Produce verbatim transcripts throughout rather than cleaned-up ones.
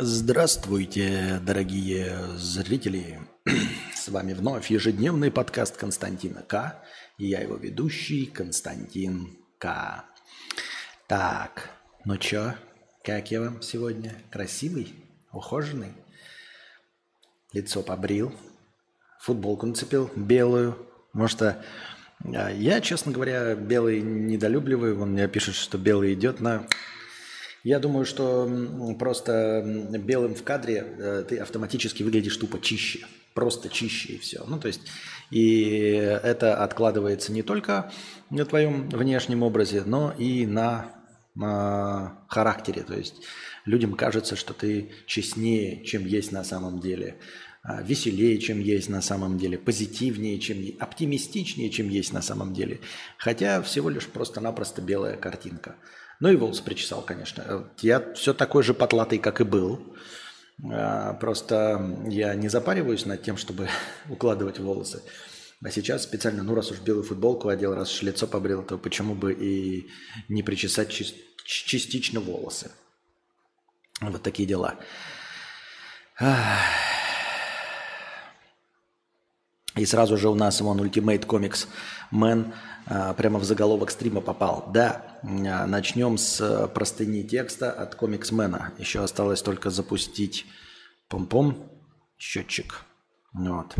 Здравствуйте, дорогие зрители. С вами вновь ежедневный подкаст Константина К. И я его ведущий Константин К. Так, ну чё, как я вам сегодня? Красивый? Ухоженный? Лицо побрил? Футболку нацепил белую? Может, а, я, честно говоря, белый недолюбливаю. Он мне пишет, что белый идет на... Я думаю, что просто белым в кадре э, ты автоматически выглядишь тупо чище. Просто чище и все. Ну, то есть, и это откладывается не только на твоем внешнем образе, но и на э, характере. То есть, людям кажется, что ты честнее, чем есть на самом деле, э, веселее, чем есть на самом деле, позитивнее, чем оптимистичнее, чем есть на самом деле. Хотя всего лишь просто-напросто белая картинка. Ну и волосы причесал, конечно. Я все такой же потлатый, как и был. Просто я не запариваюсь над тем, чтобы укладывать волосы. А сейчас специально, ну раз уж белую футболку одел, раз уж лицо побрил, то почему бы и не причесать частично волосы. Вот такие дела. И сразу же у нас вон Ultimate Comics Man а, прямо в заголовок стрима попал. Да, а, начнем с простыни текста от комиксмена. Еще осталось только запустить пом-пом счетчик. Вот.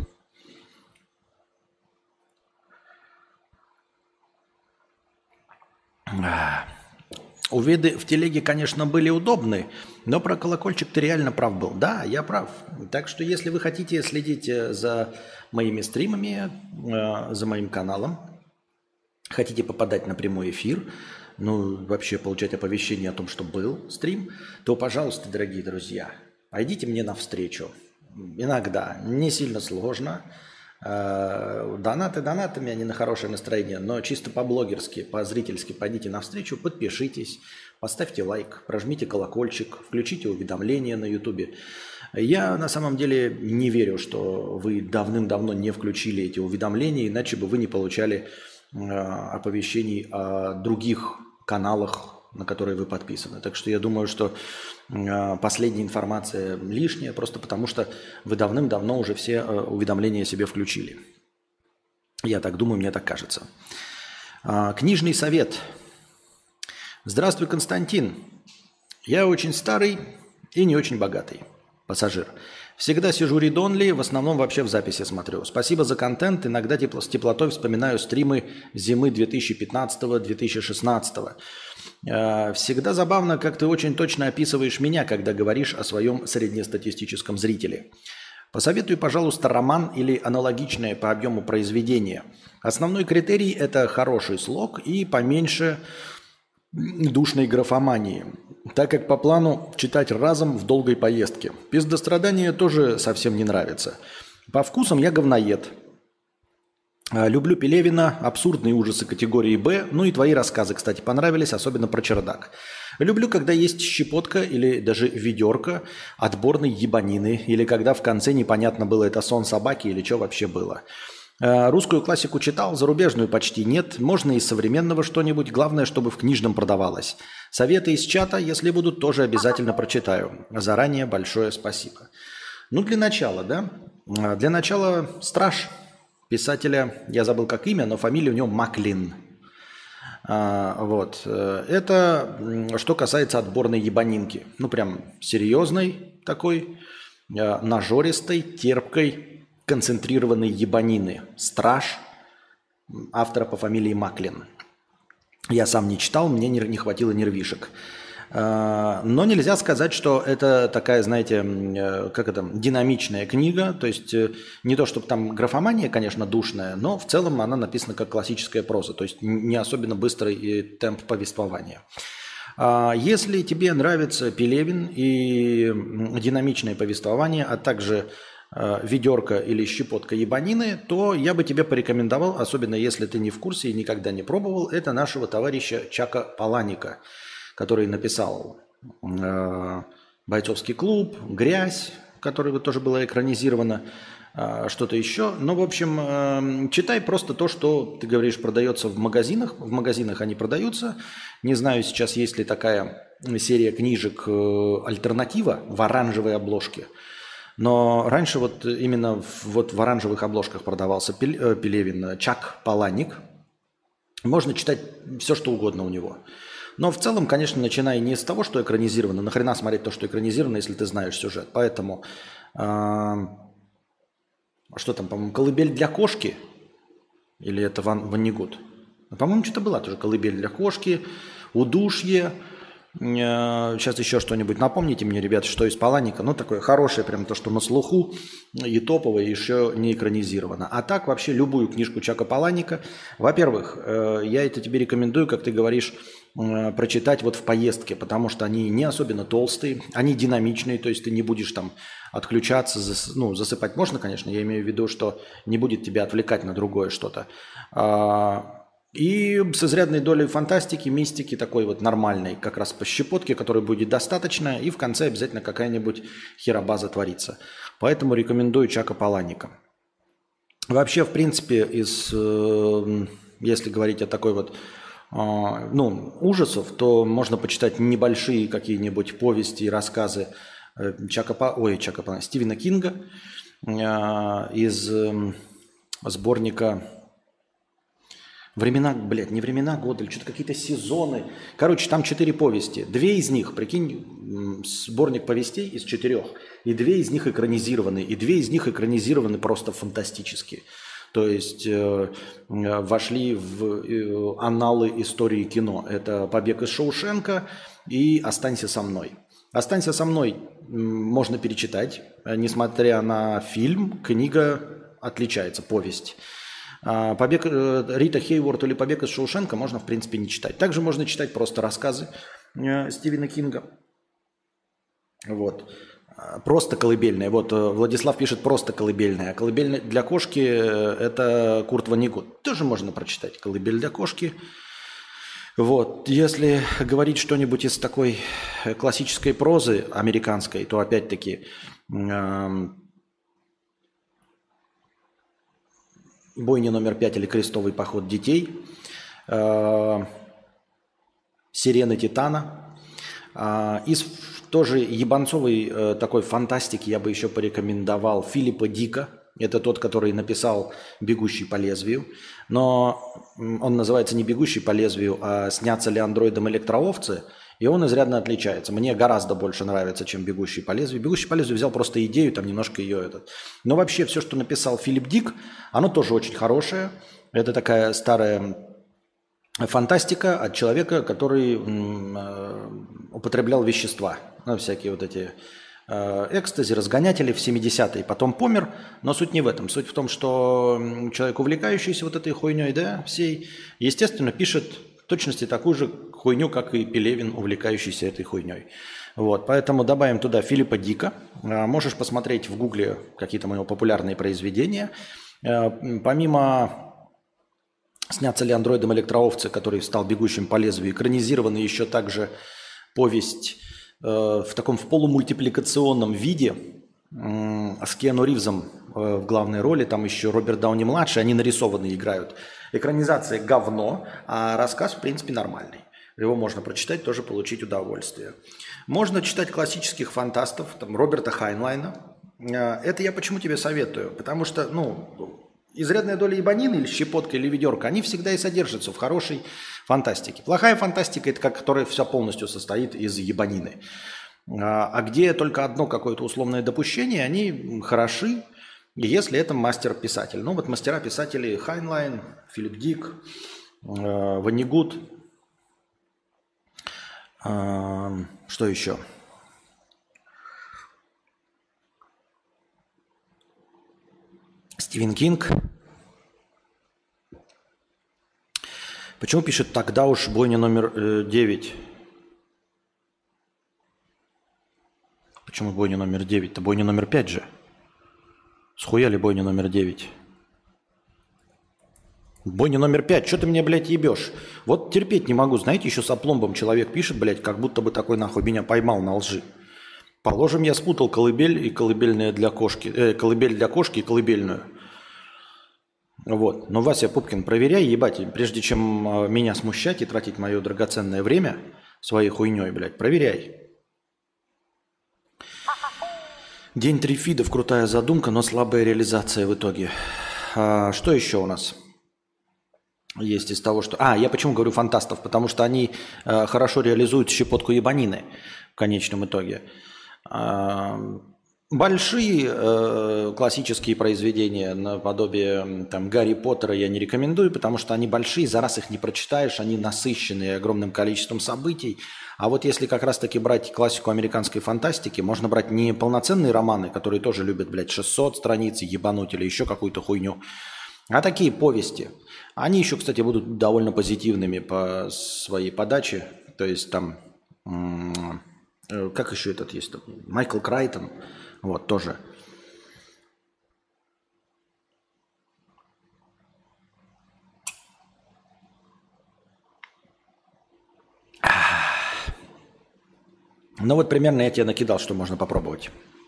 А. Уведы в телеге, конечно, были удобны, но про колокольчик ты реально прав был. Да, я прав. Так что, если вы хотите следить за моими стримами, за моим каналом, хотите попадать на прямой эфир, ну, вообще получать оповещение о том, что был стрим, то, пожалуйста, дорогие друзья, пойдите мне навстречу. Иногда, не сильно сложно. Донаты донатами, они на хорошее настроение, но чисто по-блогерски, по-зрительски пойдите навстречу, подпишитесь, поставьте лайк, прожмите колокольчик, включите уведомления на ютубе. Я на самом деле не верю, что вы давным-давно не включили эти уведомления, иначе бы вы не получали э, оповещений о других каналах, на которые вы подписаны. Так что я думаю, что э, последняя информация лишняя, просто потому что вы давным-давно уже все э, уведомления себе включили. Я так думаю, мне так кажется. Э, книжный совет. Здравствуй, Константин. Я очень старый и не очень богатый пассажир. Всегда сижу read-only, в основном вообще в записи смотрю. Спасибо за контент, иногда тепло, с теплотой вспоминаю стримы зимы две тысячи пятнадцатого - две тысячи шестнадцатого. Всегда забавно, как ты очень точно описываешь меня, когда говоришь о своем среднестатистическом зрителе. Посоветуй, пожалуйста, роман или аналогичное по объему произведение. Основной критерий – это хороший слог и поменьше душной графомании, так как по плану читать разом в долгой поездке. Пиздострадание тоже совсем не нравится. По вкусам я говноед. Люблю Пелевина, абсурдные ужасы категории «Б», ну и твои рассказы, кстати, понравились, особенно про чердак. Люблю, когда есть щепотка или даже ведерко отборной ебанины, или когда в конце непонятно было, это сон собаки или что вообще было. Русскую классику читал, зарубежную почти нет, можно из современного что-нибудь, главное, чтобы в книжном продавалось. Советы из чата, если будут, тоже обязательно прочитаю. Заранее большое спасибо. Ну, для начала, да? Для начала «Страж». Писателя, я забыл как имя, но фамилия у него Маклин. А, вот. Это что касается отборной ебанинки. Ну, прям серьезной такой, нажористой, терпкой, концентрированной ебанины. «Страж» автора по фамилии Маклин. Я сам не читал, мне не, не хватило нервишек. Но нельзя сказать, что это такая, знаете, как это, динамичная книга. То есть не то, чтобы там графомания, конечно, душная, но в целом она написана как классическая проза. То есть не особенно быстрый темп повествования. Если тебе нравится Пелевин и динамичное повествование, а также ведерко или щепотка ебанины, то я бы тебе порекомендовал, особенно если ты не в курсе и никогда не пробовал, это нашего товарища Чака Паланика, который написал э, «Бойцовский клуб», «Грязь», которая тоже была экранизирована, а, что-то еще. Ну, в общем, э, читай просто то, что, ты говоришь, продается в магазинах. В магазинах они продаются. Не знаю, сейчас есть ли такая серия книжек э, «Альтернатива» в оранжевой обложке. Но раньше вот именно в, вот в оранжевых обложках продавался Пел, э, Пелевин Чак Паланик. Можно читать все, что угодно у него. Но в целом, конечно, начиная не с того, что экранизировано. Нахрена смотреть то, что экранизировано, если ты знаешь сюжет. Поэтому, э, что там, по-моему, «Колыбель для кошки» или это Ван, Ваннигут? По-моему, что-то была тоже «Колыбель для кошки», «Удушье». Э, сейчас еще что-нибудь. Напомните мне, ребята, что из Паланика. Ну, такое хорошее, прям то, что на слуху, и топовое, еще не экранизировано. А так, вообще, любую книжку Чака Паланика. Во-первых, э, я это тебе рекомендую, как ты говоришь, э, прочитать вот в поездке, потому что они не особенно толстые, они динамичные, то есть ты не будешь там отключаться, зас, ну, засыпать можно, конечно, я имею в виду, что не будет тебя отвлекать на другое что-то. А, И с изрядной долей фантастики, мистики, такой вот нормальной, как раз по щепотке, которой будет достаточно, и в конце обязательно какая-нибудь херобаза творится. Поэтому рекомендую Чака Паланика. Вообще, в принципе, из, э, если говорить о такой вот, э, ну, ужасов, то можно почитать небольшие какие-нибудь повести и рассказы э, Чака, Па- ой, Чака Паланика, Стивена Кинга э, из э, сборника... Времена, блядь, не времена года, или что-то какие-то сезоны. Короче, там четыре повести. Две из них, прикинь, м, сборник повестей из четырех. И две из них экранизированы. И две из них экранизированы просто фантастически. То есть э, э, вошли в э, анналы истории кино. Это «Побег из Шоушенка» и «Останься со мной». «Останься со мной» м, можно перечитать. Э, Несмотря на фильм, книга отличается, повесть. А, Побег э, Рита Хейворд или «Побег из Шоушенка» можно, в принципе, не читать. Также можно читать просто рассказы э, Стивена Кинга. Вот. А, Просто колыбельная. Вот э, Владислав пишет «просто колыбельная». А колыбельная для кошки э, – это Курт Воннегут. Тоже можно прочитать «Колыбель для кошки». Вот. Если говорить что-нибудь из такой э, классической прозы американской, то опять-таки эм, «Бойня номер пять» или «Крестовый поход детей», э, «Сирены Титана». А, Из ф- тоже ебанцовой э, такой фантастики я бы еще порекомендовал Филиппа Дика. Это тот, который написал «Бегущий по лезвию». Но м, он называется не «Бегущий по лезвию», а «Снятся ли андроидам электроовцы?» И он изрядно отличается. Мне гораздо больше нравится, чем «Бегущий по лезвию». «Бегущий по лезвию» взял просто идею, там немножко ее этот. Но вообще все, что написал Филипп Дик, оно тоже очень хорошее. Это такая старая фантастика от человека, который м, э, употреблял вещества. Ну, всякие вот эти э, экстази, разгонятели в семидесятые. Потом помер. Но суть не в этом. Суть в том, что м, человек, увлекающийся вот этой хуйней, да, всей, естественно, пишет в точности такую же хуйню, как и Пелевин, увлекающийся этой хуйней. Вот, поэтому добавим туда Филиппа Дика. А, Можешь посмотреть в Гугле какие-то мои популярные произведения. Э, м, Помимо «Снятся ли андроидом электроовцы», который стал «Бегущим по лезвию», экранизирована еще также повесть э, в таком в полумультипликационном виде м, с Киану Ривзом э, в главной роли, там еще Роберт Дауни-младший, они нарисованные играют. Экранизация говно, а рассказ, в принципе, нормальный. Его можно прочитать, тоже получить удовольствие. Можно читать классических фантастов, там, Роберта Хайнлайна. Э, Это я почему тебе советую? Потому что, ну, изрядная доля ебанины или щепотка, или ведерка, они всегда и содержатся в хорошей фантастике. Плохая фантастика – это как, которая вся полностью состоит из ебанины. А а где только одно какое-то условное допущение, они хороши, если это мастер-писатель. Ну вот мастера-писатели Хайнлайн, Филипп Дик, э, Воннегут. А, Что еще? Стивен Кинг. Почему пишет «тогда уж бойня номер э, девять»? Почему бойня номер девять? Это бойня номер пять же. Схуя ли бойня номер девять? Бойня номер пять. Что ты мне, блядь, ебешь? Вот терпеть не могу. Знаете, еще с опломбом человек пишет, блядь, как будто бы такой нахуй меня поймал на лжи. Положим, я спутал колыбель и колыбельная для кошки. Э, колыбель для кошки и колыбельную. Вот. Но, Вася Пупкин, проверяй, ебать, прежде чем э, меня смущать и тратить мое драгоценное время своей хуйней, блядь, проверяй. День трифидов, крутая задумка, но слабая реализация в итоге. А, что еще у нас есть из того, что... А, я почему говорю фантастов? Потому что они э, хорошо реализуют щепотку ебанины в конечном итоге. А, большие э, классические произведения наподобие там, Гарри Поттера я не рекомендую, потому что они большие, за раз их не прочитаешь, они насыщенные огромным количеством событий. А вот если как раз-таки брать классику американской фантастики, можно брать не полноценные романы, которые тоже любят, блядь, шестьсот страниц, ебануть или еще какую-то хуйню, а такие повести. Они еще, кстати, будут довольно позитивными по своей подаче. То есть там, э, как еще этот есть, Майкл Крайтон, вот тоже. Ну вот примерно я тебе накидал, что можно попробовать.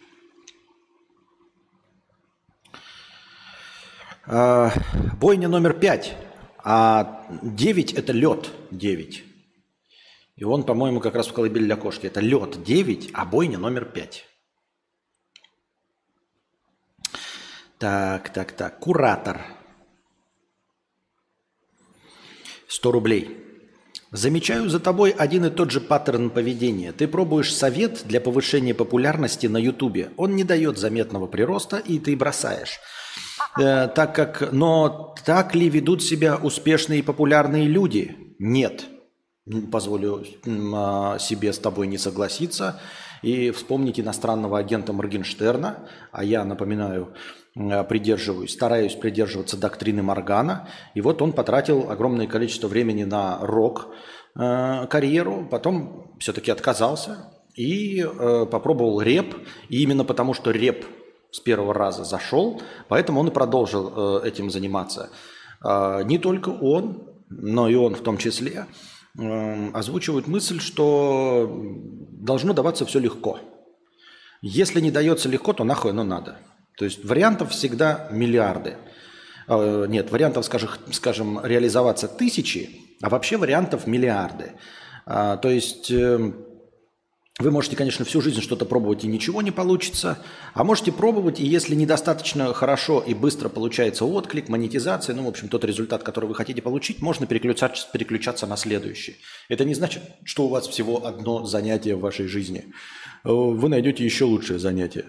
А, бойня номер пять, а девять это лед девять. И он, по-моему, как раз в колыбель для кошки. Это лед девять, а бойня номер пять. Так, так, так. Куратор. сто рублей. Замечаю за тобой один и тот же паттерн поведения. Ты пробуешь совет для повышения популярности на Ютубе. Он не дает заметного прироста, и ты бросаешь. Э, так как, но так ли ведут себя успешные и популярные люди? Нет. Позволю э, себе с тобой не согласиться. И вспомнить иностранного агента Моргенштерна. А я, напоминаю, придерживаюсь, стараюсь придерживаться доктрины Моргана. И вот он потратил огромное количество времени на рок-карьеру, потом все-таки отказался и э, попробовал рэп. И именно потому, что рэп с первого раза зашел, поэтому он и продолжил э, этим заниматься. Э, не только он, но и он в том числе э, озвучивает мысль, что должно даваться все легко. Если не дается легко, то нахуй оно надо. То есть вариантов всегда миллиарды. Э, нет, вариантов, скажем, скажем, реализоваться тысячи, а вообще вариантов миллиарды. Э, то есть э, вы можете, конечно, всю жизнь что-то пробовать и ничего не получится, а можете пробовать, и если недостаточно хорошо и быстро получается отклик, монетизация, ну, в общем, тот результат, который вы хотите получить, можно переключаться, переключаться на следующий. Это не значит, что у вас всего одно занятие в вашей жизни. Э, вы найдете еще лучшее занятие.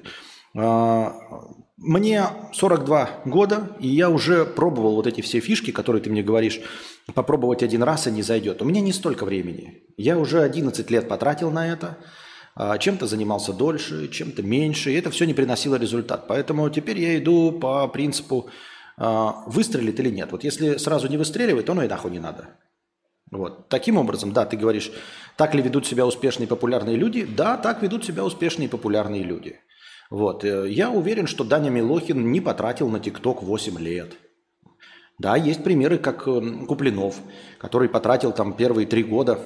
Мне сорок два года, и я уже пробовал вот эти все фишки, которые ты мне говоришь, попробовать один раз и не зайдет. У меня не столько времени. Я уже одиннадцать лет потратил на это, чем-то занимался дольше, чем-то меньше, и это все не приносило результат. Поэтому теперь я иду по принципу, выстрелит или нет. Вот если сразу не выстреливает, то ну и нахуй не надо. Вот. Таким образом, да, ты говоришь, так ли ведут себя успешные и популярные люди? Да, так ведут себя успешные и популярные люди. Вот. Я уверен, что Даня Милохин не потратил на ТикТок восемь лет. Да, есть примеры, как Куплинов, который потратил там первые три года,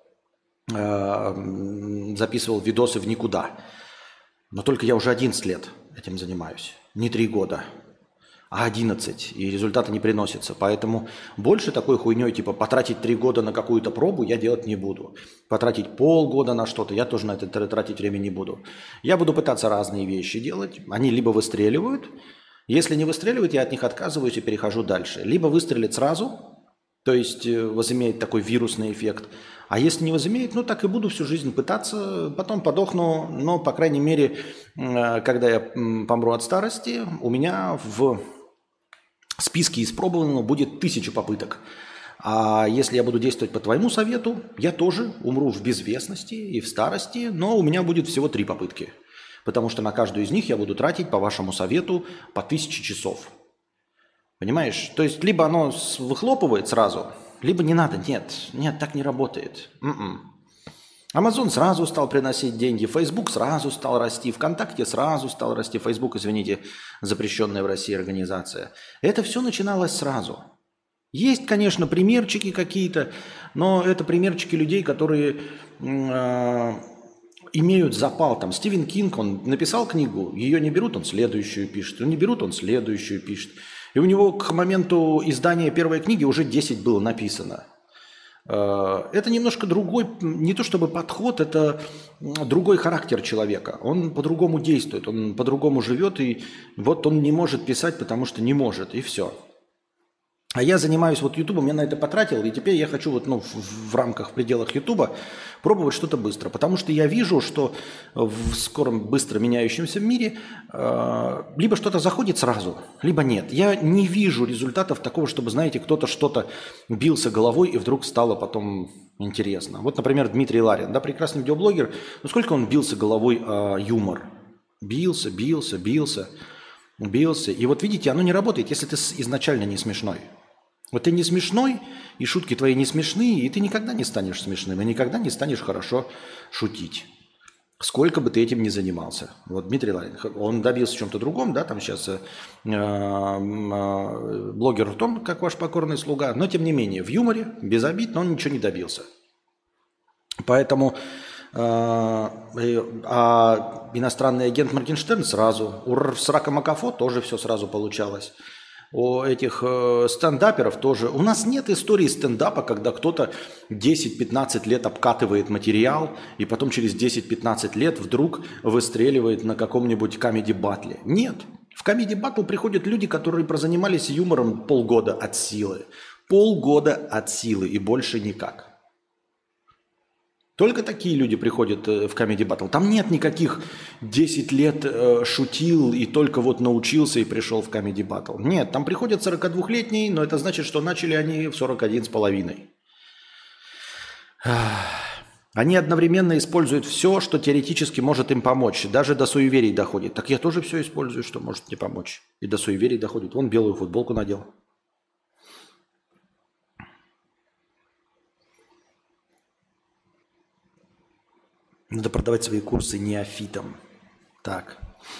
э, записывал видосы в никуда. Но только я уже одиннадцать лет этим занимаюсь. Не три года, а одиннадцать. И результаты не приносятся. Поэтому больше такой хуйней, типа потратить три года на какую-то пробу я делать не буду. Потратить полгода на что-то я тоже на это тратить время не буду. Я буду пытаться разные вещи делать. Они либо выстреливают. Если не выстреливают, я от них отказываюсь и перехожу дальше. Либо выстрелит сразу, то есть возымеет такой вирусный эффект. А если не возымеет, ну так и буду всю жизнь пытаться, потом подохну. Но, по крайней мере, когда я помру от старости, у меня в списке испробованного будет тысяча попыток. А если я буду действовать по твоему совету, я тоже умру в безвестности и в старости, но у меня будет всего три попытки. Потому что на каждую из них я буду тратить, по вашему совету, по тысяче часов. Понимаешь? То есть, либо оно выхлопывает сразу, либо не надо. Нет, нет, так не работает. М-м. Amazon сразу стал приносить деньги, Facebook сразу стал расти, ВКонтакте сразу стал расти. Facebook, извините, запрещенная в России организация. Это все начиналось сразу. Есть, конечно, примерчики какие-то, но это примерчики людей, которые... Э- имеют запал. Там Стивен Кинг, он написал книгу, ее не берут, он следующую пишет. Не берут, он следующую пишет. И у него к моменту издания первой книги уже десять было написано. Это немножко другой, не то чтобы подход, это другой характер человека. Он по-другому действует, он по-другому живет, и вот он не может писать, потому что не может, и все. А я занимаюсь вот Ютубом, я на это потратил, и теперь я хочу вот, ну, в, в рамках, в пределах Ютуба пробовать что-то быстро. Потому что я вижу, что в скором быстро меняющемся мире э, либо что-то заходит сразу, либо нет. Я не вижу результатов такого, чтобы, знаете, кто-то что-то бился головой, и вдруг стало потом интересно. Вот, например, Дмитрий Ларин, да, прекрасный видеоблогер. Ну сколько он бился головой о юмор? Бился, бился, бился, бился. И вот видите, оно не работает, если ты изначально не смешной. Вот ты не смешной, и шутки твои не смешные, и ты никогда не станешь смешным, и никогда не станешь хорошо шутить. Сколько бы ты этим ни занимался. Вот Дмитрий Ларин, он добился в чем-то другом, да, там сейчас э, э, блогер в том, как ваш покорный слуга, но тем не менее, в юморе, без обид, но он ничего не добился. Поэтому э, а иностранный агент Моргенштерн сразу, у Срака Макафо тоже все сразу получалось. У этих э, стендаперов тоже. У нас нет истории стендапа, когда кто-то десять-пятнадцать лет обкатывает материал, и потом через десять-пятнадцать лет вдруг выстреливает на каком-нибудь комеди-батле. Нет. В комеди-батл приходят люди, которые прозанимались юмором полгода от силы. Полгода от силы и больше никак. Только такие люди приходят в Comedy Battle. Там нет никаких десять лет э, шутил и только вот научился и пришел в Comedy Battle. Нет, там приходят сорокадвухлетние, но это значит, что начали они в сорок один с половиной. Они одновременно используют все, что теоретически может им помочь. Даже до суеверий доходит. Так я тоже все использую, что может мне помочь. И до суеверий доходит. Вон белую футболку надел. Надо продавать свои курсы неофитам. Так.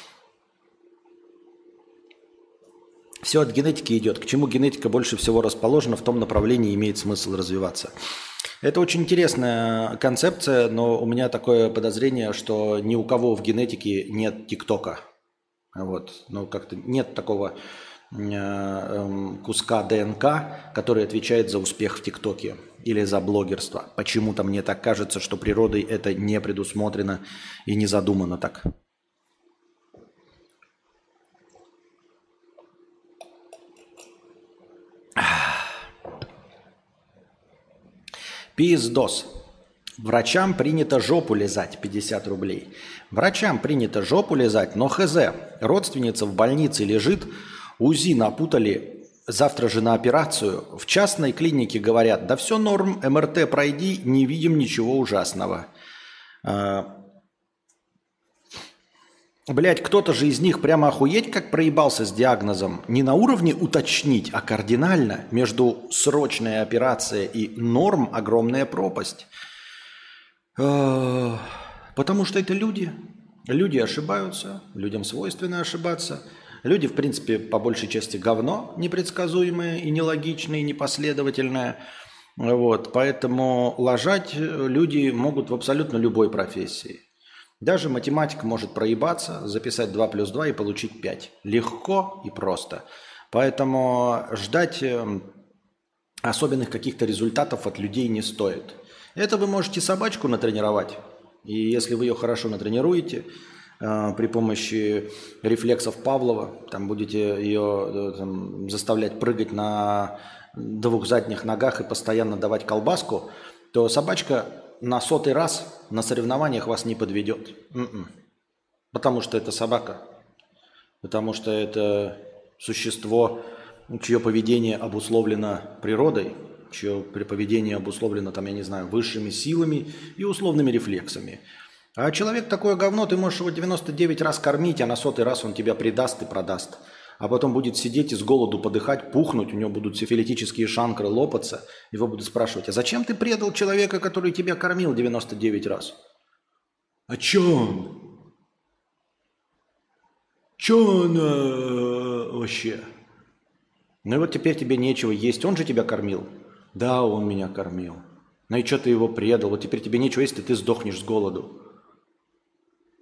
Все от генетики идет. К чему генетика больше всего расположена, в том направлении имеет смысл развиваться. Это очень интересная концепция, но у меня такое подозрение, что ни у кого в генетике нет ТикТока. Вот. Ну, как-то нет такого куска ДНК, который отвечает за успех в ТикТоке или за блогерство. Почему-то мне так кажется, что природой это не предусмотрено и не задумано так. Пиздос. Врачам принято жопу лизать, пятьдесят рублей. Врачам принято жопу лизать, но хз. Родственница в больнице лежит, УЗИ напутали, завтра же на операцию. В частной клинике говорят, да все норм, МРТ пройди, не видим ничего ужасного. Блять, кто-то же из них прямо охуеть как проебался с диагнозом. Не на уровне уточнить, а кардинально. Между срочной операцией и норм огромная пропасть. Потому что это люди. Люди ошибаются, людям свойственно ошибаться. Люди, в принципе, по большей части говно непредсказуемое и нелогичное, и непоследовательное. Вот. Поэтому лажать люди могут в абсолютно любой профессии. Даже математик может проебаться, записать два плюс два и получить пять. Легко и просто. Поэтому ждать особенных каких-то результатов от людей не стоит. Это вы можете собачку натренировать. И если вы ее хорошо натренируете, при помощи рефлексов Павлова, там будете ее там, заставлять прыгать на двух задних ногах и постоянно давать колбаску, то собачка на сотый раз на соревнованиях вас не подведет. м-м. Потому что это собака. Потому что это существо, чье поведение обусловлено природой, чье поведение обусловлено, там, я не знаю, высшими силами и условными рефлексами. А человек такое говно, ты можешь его девяносто девять раз кормить, а на сотый раз он тебя предаст и продаст. А потом будет сидеть и с голоду подыхать, пухнуть, у него будут сифилитические шанкры лопаться. Его будут спрашивать, а зачем ты предал человека, который тебя кормил девяносто девять раз? А чё он? Чё он э, вообще? Ну и вот теперь тебе нечего есть, он же тебя кормил. Да, он меня кормил. Ну и что ты его предал? Вот теперь тебе нечего есть, и ты сдохнешь с голоду.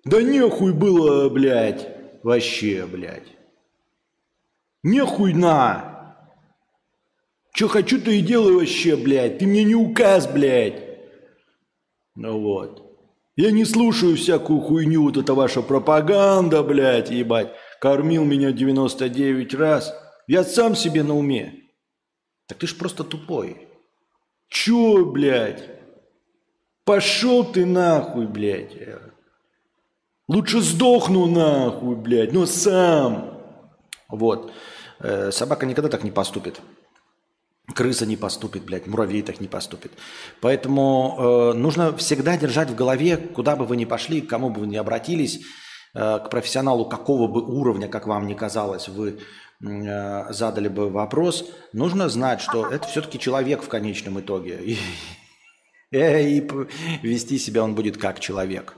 Да нехуй было, блядь. Вообще, блядь. Нехуй на. Че хочу, то и делаю вообще, блядь. Ты мне не указ, блядь. Ну вот. Я не слушаю всякую хуйню, вот это ваша пропаганда, блядь, ебать. Кормил меня девяносто девять раз. Я сам себе на уме. Так ты ж просто тупой. Чё, блядь? Пошел ты нахуй, блядь. Лучше сдохну нахуй, блядь, но сам. Вот. Э, собака никогда так не поступит. Крыса не поступит, блядь, муравей так не поступит. Поэтому э, нужно всегда держать в голове, куда бы вы ни пошли, к кому бы вы ни обратились, э, к профессионалу какого бы уровня, как вам ни казалось, вы э, задали бы вопрос, нужно знать, что это все-таки человек в конечном итоге. И, и, и вести себя он будет как человек.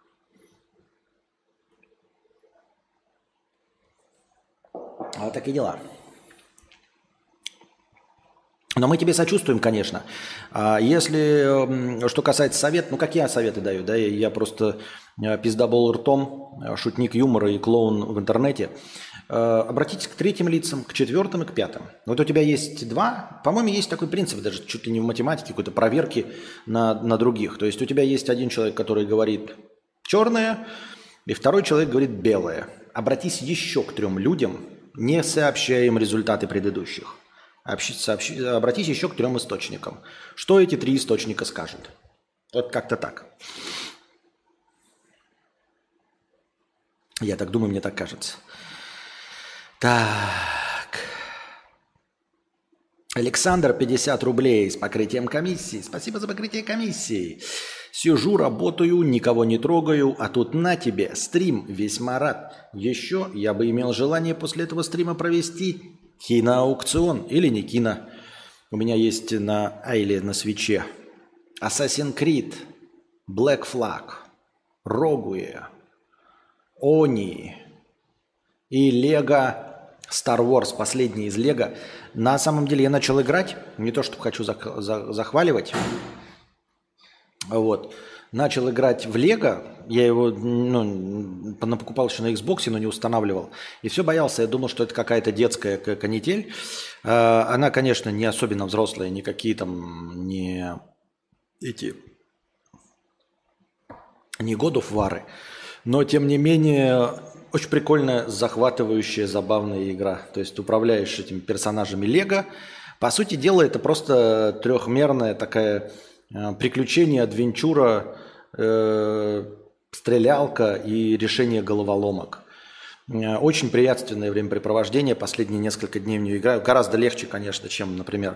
Вот такие дела. Но мы тебе сочувствуем, конечно. А если, что касается совет, ну какие я советы даю? Да? Я просто пиздобол ртом, шутник юмора и клоун в интернете. Обратитесь к третьим лицам, к четвертым и к пятым. Вот у тебя есть два, по-моему, есть такой принцип, даже чуть ли не в математике, какой-то проверки на, на других. То есть у тебя есть один человек, который говорит черное, и второй человек говорит белое. Обратись еще к трем людям, не сообщая им результаты предыдущих. Сообщи, обратись еще к трем источникам. Что эти три источника скажут? Вот как-то так. Я так думаю, мне так кажется. Так. Александр, пятьдесят рублей с покрытием комиссии. Спасибо за покрытие комиссии. Сижу, работаю, никого не трогаю, а тут на тебе стрим, весьма рад. Еще я бы имел желание после этого стрима провести киноаукцион или не кино. У меня есть на Айле, на свече Assassin's Creed, Black Flag, Rogue, Oni и Lego Star Wars, последний из Lego. На самом деле я начал играть, не то чтобы хочу зах- за- захваливать, вот. Начал играть в Лего, я его ну, покупал еще на Xbox, но не устанавливал. И все боялся, я думал, что это какая-то детская канитель. Она, конечно, не особенно взрослая, никакие там не эти, не God of War, но тем не менее очень прикольная, захватывающая, забавная игра. То есть управляешь этими персонажами Лего. По сути дела, это просто трехмерная такая... приключение, адвенчура, э, стрелялка и решение головоломок. Очень приятственное времяпрепровождение. Последние несколько дней в нее играю. Гораздо легче, конечно, чем, например,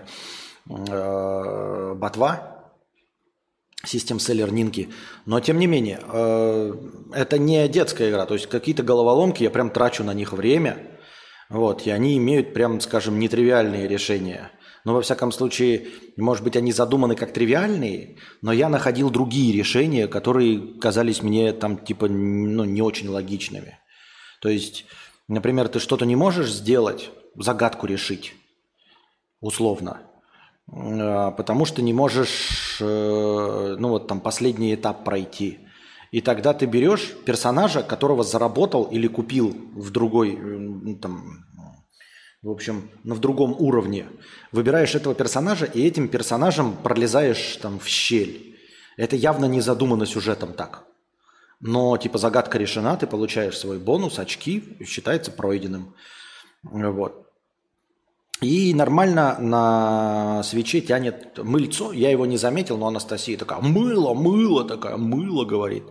э, Ботва, System Seller Нинки. Но, тем не менее, э, это не детская игра. То есть какие-то головоломки, я прям трачу на них время. Вот, и они имеют, прям, скажем, нетривиальные решения. Но, во всяком случае, может быть, они задуманы как тривиальные, но я находил другие решения, которые казались мне там типа ну, не очень логичными. То есть, например, ты что-то не можешь сделать, загадку решить, условно, потому что не можешь, ну вот там последний этап пройти. И тогда ты берешь персонажа, которого заработал или купил в другой, там, в общем, в другом уровне. Выбираешь этого персонажа и этим персонажем пролезаешь там в щель. Это явно не задумано сюжетом так. Но типа загадка решена, ты получаешь свой бонус, очки, и считается пройденным. Вот. И нормально на свече тянет мыльцо. Я его не заметил, но Анастасия такая, мыло, мыло, такая, мыло, говорит.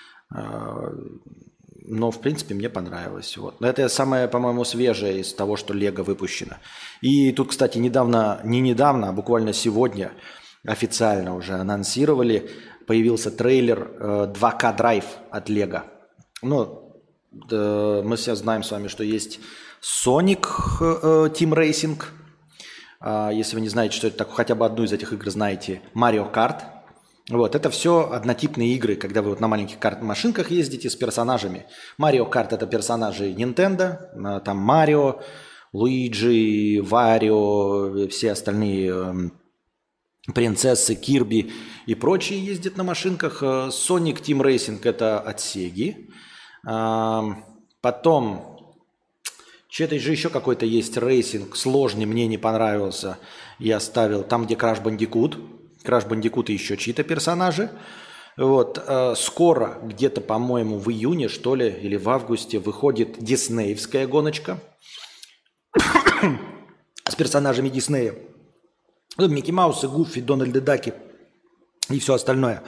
Но, в принципе, мне понравилось. Вот. Но это самое, по-моему, свежее из того, что Лего выпущено. И тут, кстати, недавно, не недавно, а буквально сегодня официально уже анонсировали, появился трейлер два ка Drive от Лего. Ну, мы все знаем с вами, что есть Sonic Team Racing. Если вы не знаете, что это такое, хотя бы одну из этих игр знаете, Mario Kart. Вот, это все однотипные игры, когда вы вот на маленьких машинках ездите с персонажами. Mario Kart – это персонажи Nintendo, там Марио, Луиджи, Варио, все остальные принцессы, Кирби и прочие ездят на машинках. Э, Sonic Team Racing – это от Sega. А, потом, что-то же еще какой-то есть рейсинг, сложный, мне не понравился. Я ставил там, где Crash Bandicoot. Crash Bandicoot и еще чьи-то персонажи. Вот, э, скоро, где-то, по-моему, в июне, что ли, или в августе, выходит диснеевская гоночка с персонажами Диснея. Ну, Микки Маусы, Гуффи, Дональды Даки и все остальное.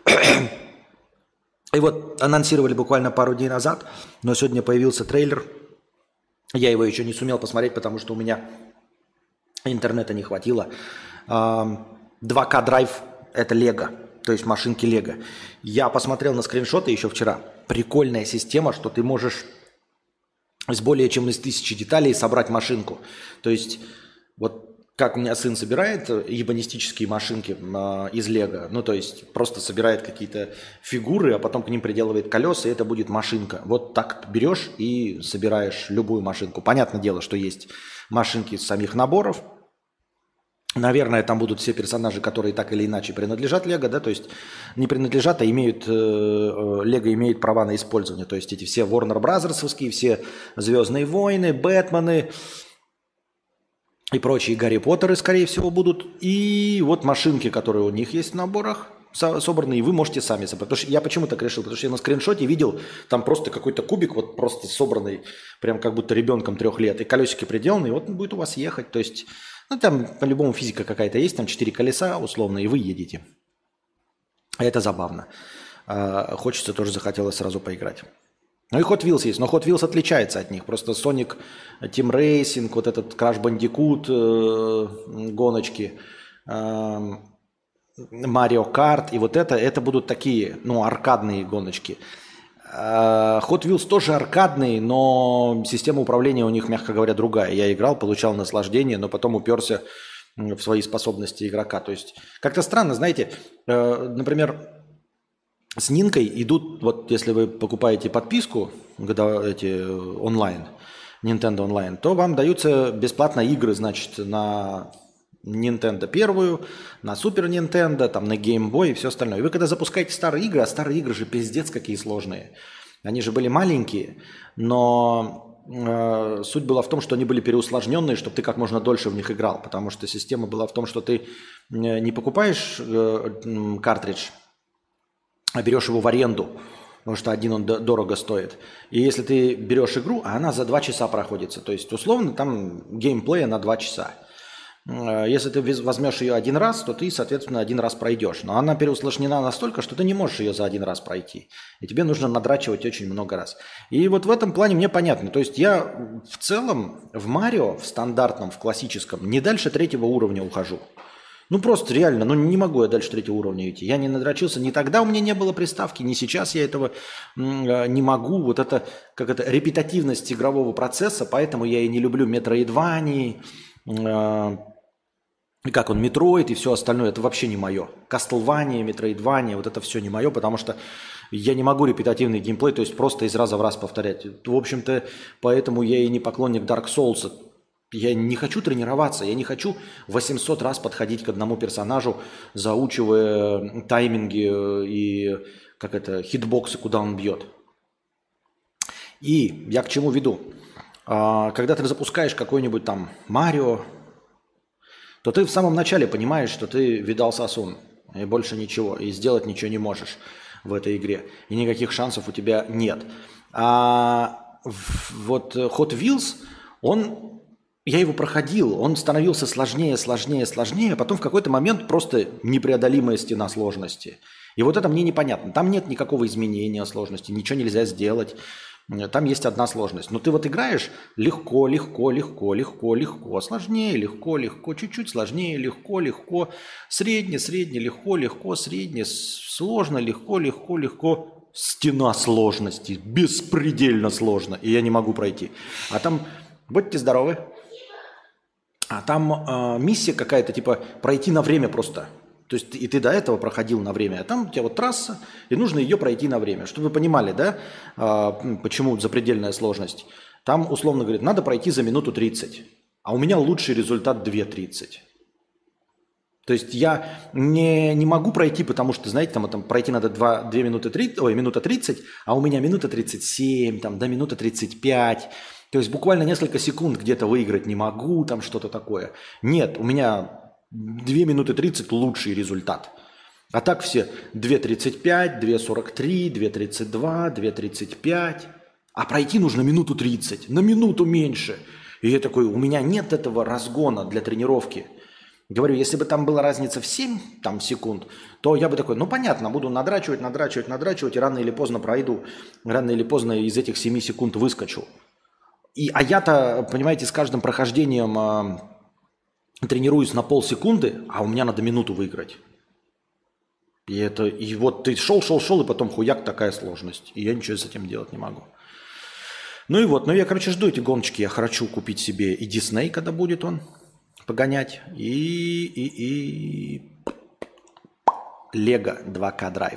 И вот анонсировали буквально пару дней назад, но сегодня появился трейлер. Я его еще не сумел посмотреть, потому что у меня интернета не хватило. два ка драйв – это Лего. То есть машинки Лего. Я посмотрел на скриншоты еще вчера. Прикольная система, что ты можешь с более чем из тысячи деталей собрать машинку. То есть вот как у меня сын собирает ебанистические машинки э, из Лего. Ну то есть просто собирает какие-то фигуры, а потом к ним приделывает колеса, и это будет машинка. Вот так берешь и собираешь любую машинку. Понятное дело, что есть машинки из самих наборов. Наверное, там будут все персонажи, которые так или иначе принадлежат Лего, да, то есть не принадлежат, а имеют, Лего имеет права на использование. То есть эти все Warner Brothers'овские, все Звездные войны, Бэтмены и прочие Гарри Поттеры, скорее всего, будут. И вот машинки, которые у них есть в наборах, собранные, и вы можете сами собрать. Потому что я почему так решил? Потому что я на скриншоте видел, там просто какой-то кубик, вот просто собранный, прям как будто ребенком трех лет, и колесики приделаны, и вот он будет у вас ехать. То есть, ну там по-любому физика какая-то есть, там четыре колеса условно, и вы едете. Это забавно. А, хочется, тоже захотелось сразу поиграть. Ну и Hot Wheels есть, но Hot Wheels отличается от них. Просто Sonic Team Racing, вот этот Crash Bandicoot, э, гоночки, э, Mario Kart, и вот это, это будут такие, ну, аркадные гоночки. Э, Hot Wheels тоже аркадные, но система управления у них, мягко говоря, другая. Я играл, получал наслаждение, но потом уперся в свои способности игрока. То есть как-то странно, знаете, э, например, с Нинкой идут, вот если вы покупаете подписку, когда эти онлайн, Nintendo онлайн, то вам даются бесплатно игры, значит, на Nintendo первую, на Super Nintendo, там, на Game Boy и все остальное. И вы когда запускаете старые игры, а старые игры же пиздец какие сложные. Они же были маленькие, но э, суть была в том, что они были переусложненные, чтобы ты как можно дольше в них играл. Потому что система была в том, что ты не покупаешь э, картридж, а берешь его в аренду, потому что один он дорого стоит. И если ты берешь игру, а она за два часа проходится, то есть условно там геймплея на два часа. Если ты возьмешь ее один раз, то ты, соответственно, один раз пройдешь. Но она переусложнена настолько, что ты не можешь ее за один раз пройти. И тебе нужно надрачивать очень много раз. И вот в этом плане мне понятно. То есть я в целом в Марио, в стандартном, в классическом, не дальше третьего уровня ухожу. Ну просто реально, ну не могу я дальше третьего уровня идти. Я не надрочился, ни тогда у меня не было приставки, ни сейчас я этого не могу. Вот это, как это, репетативность игрового процесса, поэтому я и не люблю Метроидвании, э, как он, Метроид и все остальное, это вообще не мое. Castlevania, Метроидвания, вот это все не мое, потому что я не могу репетативный геймплей, то есть просто из раза в раз повторять. В общем-то, поэтому я и не поклонник Dark Souls. Я не хочу тренироваться, я не хочу восемьсот раз подходить к одному персонажу, заучивая тайминги и как это, хитбоксы, куда он бьет. И я к чему веду? Когда ты запускаешь какой-нибудь там Марио, то ты в самом начале понимаешь, что ты видал сосун, и больше ничего, и сделать ничего не можешь в этой игре. И никаких шансов у тебя нет. А вот Hot Wheels, он... Я его проходил, он становился сложнее, сложнее, сложнее, а потом в какой-то момент просто непреодолимая стена сложности. И вот это мне непонятно. Там нет никакого изменения сложности, ничего нельзя сделать. Там есть одна сложность. Но ты вот играешь легко, легко, легко, легко, легко, сложнее, легко, легко, чуть-чуть сложнее, легко, легко, средне, средне, легко, легко, средне, сложно, легко, легко, легко. Стена сложности, беспредельно сложно, и я не могу пройти. А там, будьте здоровы. А там э, миссия какая-то, типа, пройти на время просто. То есть и ты до этого проходил на время, а там у тебя вот трасса, и нужно ее пройти на время. Чтобы вы понимали, да, э, почему запредельная сложность. Там, условно говорят, надо пройти за минуту тридцать, а у меня лучший результат две тридцать. То есть я не, не могу пройти, потому что, знаете, там, там пройти надо два, две минуты тридцать, ой, минута тридцать, а у меня минута тридцать семь, там, до минуты тридцать пять. То есть буквально несколько секунд где-то выиграть не могу, там что-то такое. Нет, у меня две минуты тридцать лучший результат. А так все две тридцать пять, две сорок три, две тридцать два, две тридцать пять. А пройти нужно минуту тридцать, на минуту меньше. И я такой, у меня нет этого разгона для тренировки. Говорю, если бы там была разница в семь там, секунд, то я бы такой, ну понятно, буду надрачивать, надрачивать, надрачивать, и рано или поздно пройду. Рано или поздно из этих семи секунд выскочу. И, а я-то, понимаете, с каждым прохождением э, тренируюсь на полсекунды, а у меня надо минуту выиграть. И, это, и вот ты шел, шел, шел, и потом хуяк такая сложность. И я ничего с этим делать не могу. Ну и вот, ну я, короче, жду эти гоночки. Я хочу купить себе и Дисней, когда будет он, погонять, и, и, и Лего два ка Drive.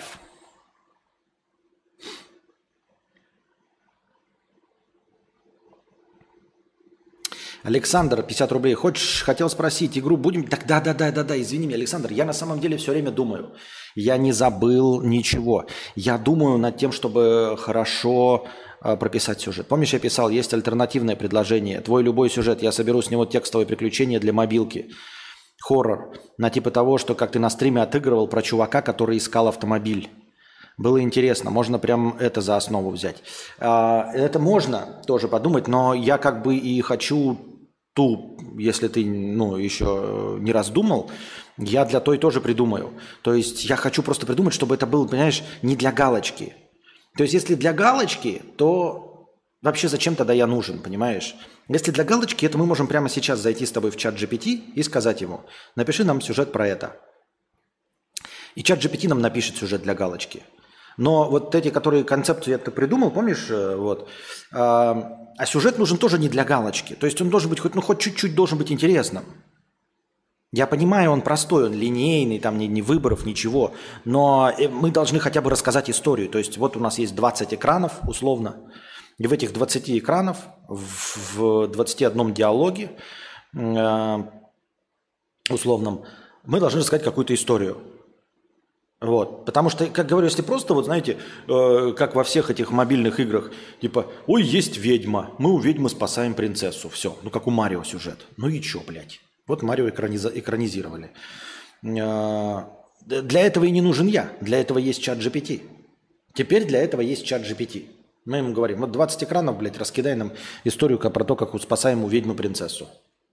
Александр, пятьдесят рублей. Хочешь, хотел спросить, игру будем? Так, да, да, да, да, да, извини меня, Александр, я на самом деле все время думаю. Я не забыл ничего. Я думаю над тем, чтобы хорошо э, прописать сюжет. Помнишь, я писал, есть альтернативное предложение. Твой любой сюжет, я соберу с него текстовые приключения для мобилки. Хоррор. На типа того, что как ты на стриме отыгрывал про чувака, который искал автомобиль. Было интересно, можно прям это за основу взять. Э, это можно тоже подумать, но я как бы и хочу... ту, если ты ну, еще не раздумал, я для той тоже придумаю. То есть я хочу просто придумать, чтобы это было, понимаешь, не для галочки. То есть если для галочки, то вообще зачем тогда я нужен, понимаешь? Если для галочки, это мы можем прямо сейчас зайти с тобой в чат джи пи ти и сказать ему, напиши нам сюжет про это. И чат джи пи ти нам напишет сюжет для галочки. Но вот эти, которые концепцию я-то придумал, помнишь, вот, а, а сюжет нужен тоже не для галочки. То есть он должен быть хоть, ну, хоть чуть-чуть должен быть интересным. Я понимаю, он простой, он линейный, там ни, ни выборов, ничего. Но мы должны хотя бы рассказать историю. То есть вот у нас есть двадцать экранов, условно. И в этих двадцати экранов, в, в двадцати одном диалоге, э, условном, мы должны рассказать какую-то историю. Вот. Потому что, как говорю, если просто, вот знаете, э, как во всех этих мобильных играх, типа, ой, есть ведьма, мы у ведьмы спасаем принцессу. Все, ну как у Марио сюжет. Ну и чё, блядь? Вот Марио экраниз... экранизировали. Э, для этого и не нужен я. Для этого есть чат джи пи ти. Теперь для этого есть чат джи пи ти. Мы ему говорим, вот двадцать экранов, блядь, раскидай нам историю про то, как спасаем у ведьмы принцессу.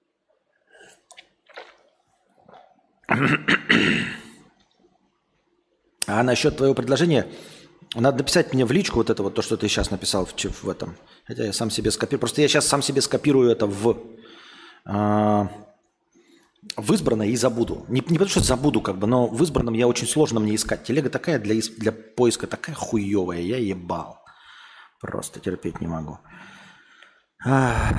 А насчет твоего предложения, надо написать мне в личку вот это вот, то, что ты сейчас написал в, в этом. Хотя я сам себе скопирую. Просто я сейчас сам себе скопирую это в, э, в избранное и забуду. Не, не потому что забуду, как бы, но в избранном я очень сложно мне искать. Телега такая для, для поиска, такая хуевая. Я ебал. Просто терпеть не могу. Ах.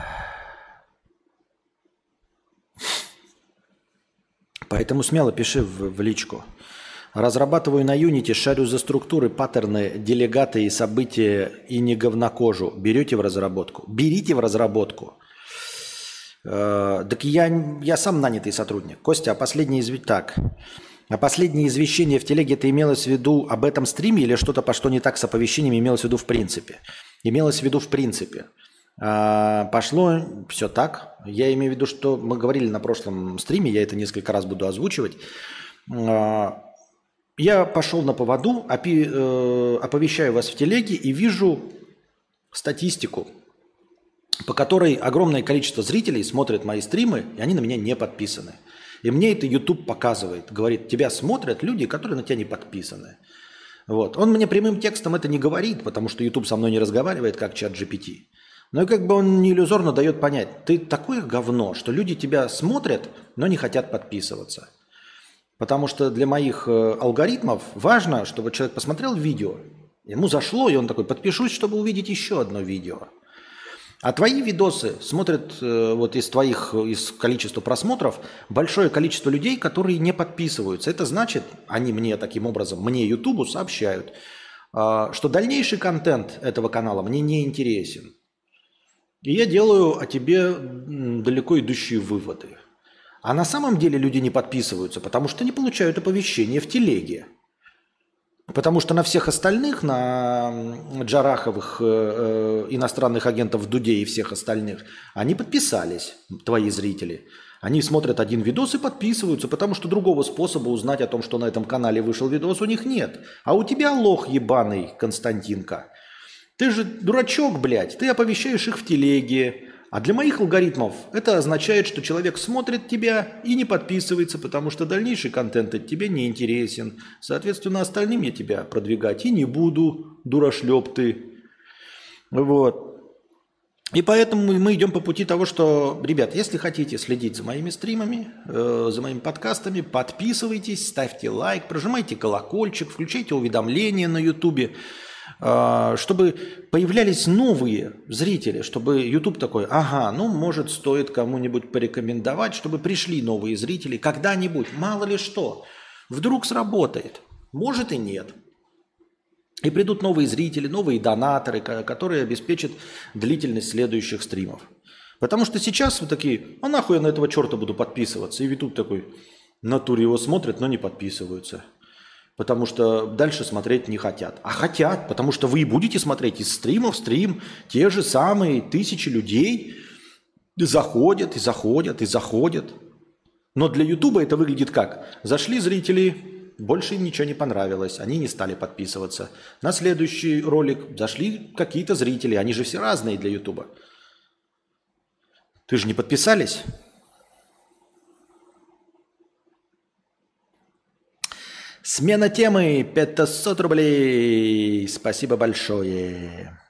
Поэтому смело пиши в, в личку. Разрабатываю на Unity, шарю за структуры, паттерны, делегаты и события и не говнокожу. Берете в разработку? Берите в разработку. Э, так я, я сам нанятый сотрудник. Костя, а последнее изв... так. А последнее извещение в телеге это имелось в виду об этом стриме или что-то пошло не так с оповещениями имелось в виду в принципе? Имелось в виду в принципе. А, пошло все так. Я имею в виду, что мы говорили на прошлом стриме, я это несколько раз буду озвучивать. А, я пошел на поводу, опи, э, оповещаю вас в телеге и вижу статистику, по которой огромное количество зрителей смотрят мои стримы, и они на меня не подписаны. И мне это YouTube показывает, говорит, тебя смотрят люди, которые на тебя не подписаны. Вот. Он мне прямым текстом это не говорит, потому что YouTube со мной не разговаривает, как чат джи пи ти. Но как бы он не иллюзорно дает понять, ты такое говно, что люди тебя смотрят, но не хотят подписываться. Потому что для моих алгоритмов важно, чтобы человек посмотрел видео, ему зашло, и он такой, подпишусь, чтобы увидеть еще одно видео. А твои видосы смотрят вот из твоих, из количества просмотров большое количество людей, которые не подписываются. Это значит, они мне таким образом, мне Ютубу сообщают, что дальнейший контент этого канала мне не интересен. И я делаю о тебе далеко идущие выводы. А на самом деле люди не подписываются, потому что не получают оповещения в телеге. Потому что на всех остальных, на Джараховых, э, э, иностранных агентов Дуде и всех остальных, они подписались, твои зрители. Они смотрят один видос и подписываются, потому что другого способа узнать о том, что на этом канале вышел видос, у них нет. А у тебя лох ебаный, Константинка. Ты же дурачок, блядь, ты оповещаешь их в телеге. А для моих алгоритмов это означает, что человек смотрит тебя и не подписывается, потому что дальнейший контент от тебя не интересен. Соответственно, остальным я тебя продвигать и не буду, дурашлеп ты. Вот. И поэтому мы идем по пути того, что, ребят, если хотите следить за моими стримами, э, за моими подкастами, подписывайтесь, ставьте лайк, прожимайте колокольчик, включайте уведомления на ютубе, э, чтобы появлялись новые зрители, чтобы YouTube такой, ага, ну, может, стоит кому-нибудь порекомендовать, чтобы пришли новые зрители когда-нибудь, мало ли что, вдруг сработает, может и нет. И придут новые зрители, новые донаторы, которые обеспечат длительность следующих стримов. Потому что сейчас вы такие, а нахуй я на этого черта буду подписываться? И YouTube такой, в натуре его смотрят, но не подписываются. Потому что дальше смотреть не хотят. А хотят, потому что вы и будете смотреть из стрима в стрим. Те же самые тысячи людей заходят и заходят и заходят. Но для YouTube это выглядит как? Зашли зрители... Больше им ничего не понравилось, они не стали подписываться. На следующий ролик зашли какие-то зрители, они же все разные для Ютуба. Ты же не подписались? Смена темы, пятьсот рублей, спасибо большое.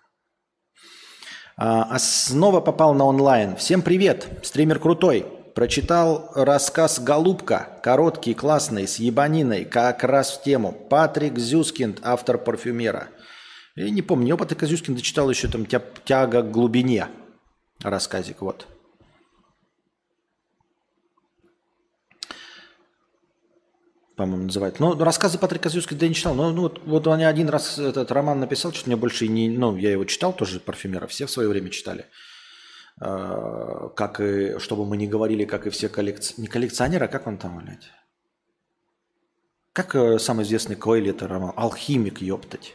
А, снова попал на онлайн. Всем привет, стример крутой. Прочитал рассказ «Голубка», короткий, классный, с ебаниной, как раз в тему. Патрик Зюскинд, автор «Парфюмера». Я не помню, я Патрика Зюскинда читал еще там «Тяга к глубине», рассказик, вот. По-моему, называют. Ну, рассказы Патрика Зюскинда я не читал. Но ну, вот, вот он один раз этот роман написал, что мне больше и не... Ну, я его читал тоже, «Парфюмера», все в свое время читали. Как и, чтобы мы не говорили, как и все коллекционеры, не коллекционеры, а как он там, блядь? Как э, самый известный Коэль это роман? Алхимик, ёптать.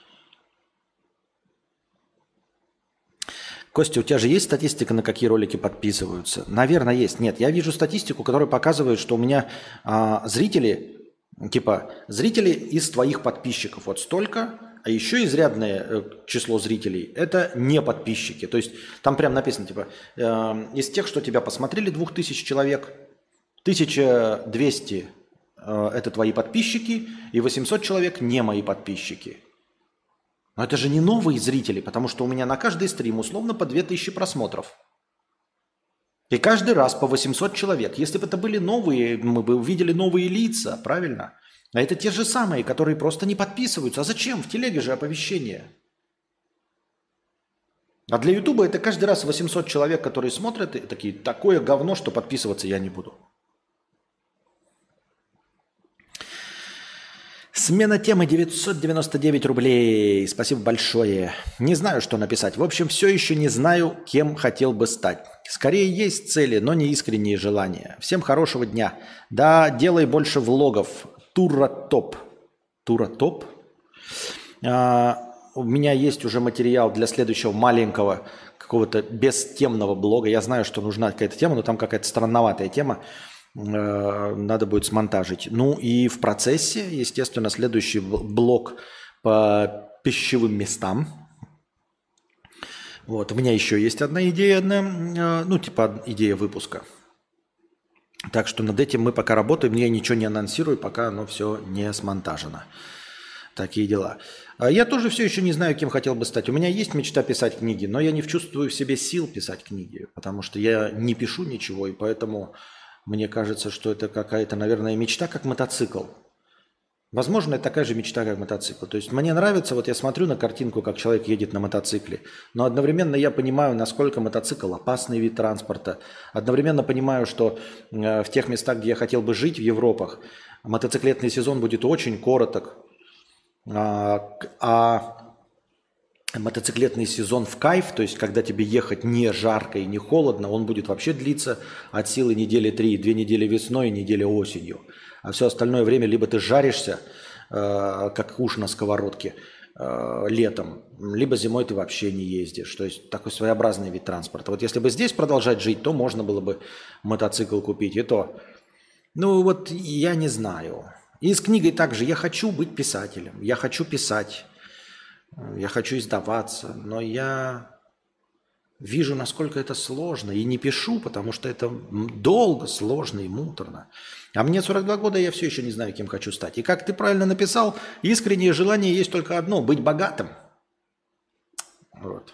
Костя, у тебя же есть статистика, на какие ролики подписываются? Наверное, есть. Нет, я вижу статистику, которая показывает, что у меня а, зрители, типа, зрители из твоих подписчиков вот столько, а еще изрядное число зрителей – это не подписчики. То есть там прям написано, типа, э, из тех, что тебя посмотрели, двух тысяч человек, тысяча двести э, это твои подписчики, и восемьсот человек не мои подписчики. Но это же не новые зрители, потому что у меня на каждый стрим условно по две тысячи просмотров. И каждый раз по восемьсот человек. Если бы это были новые, мы бы увидели новые лица, правильно? А это те же самые, которые просто не подписываются. А зачем? В телеге же оповещение. А для Ютуба это каждый раз восемьсот человек, которые смотрят, и такие, такое говно, что подписываться я не буду. Смена темы девятьсот девяносто девять рублей. Спасибо большое. Не знаю, что написать. В общем, все еще не знаю, кем хотел бы стать. Скорее есть цели, но не искренние желания. Всем хорошего дня. Да, делай больше влогов. Тура-топ. Тура-топ? А, у меня есть уже материал для следующего маленького какого-то бестемного блога. Я знаю, что нужна какая-то тема, но там какая-то странноватая тема. А, надо будет смонтажить. Ну и в процессе, естественно, следующий блог по пищевым местам. Вот, у меня еще есть одна идея, одна, ну типа идея выпуска. Так что над этим мы пока работаем. Я ничего не анонсирую, пока оно все не смонтажено. Такие дела. Я тоже все еще не знаю, кем хотел бы стать. У меня есть мечта писать книги, но я не чувствую в себе сил писать книги, потому что я не пишу ничего, и поэтому мне кажется, что это какая-то, наверное, мечта, как мотоцикл. Возможно, это такая же мечта, как мотоцикл. То есть мне нравится, вот я смотрю на картинку, как человек едет на мотоцикле, но одновременно я понимаю, насколько мотоцикл опасный вид транспорта. Одновременно понимаю, что в тех местах, где я хотел бы жить, в Европах, мотоциклетный сезон будет очень короток. А, а мотоциклетный сезон в кайф, то есть когда тебе ехать не жарко и не холодно, он будет вообще длиться от силы недели три, две недели весной и неделя осенью. А все остальное время либо ты жаришься, э, как уж на сковородке, э, летом, либо зимой ты вообще не ездишь. То есть такой своеобразный вид транспорта. Вот если бы здесь продолжать жить, то можно было бы мотоцикл купить. И то, ну вот я не знаю. И с книгой также. Я хочу быть писателем, я хочу писать. Я хочу издаваться, но я вижу, насколько это сложно, и не пишу, потому что это долго, сложно и муторно. А мне сорок два года, я все еще не знаю, кем хочу стать. И как ты правильно написал, искреннее желание есть только одно – быть богатым. Вот.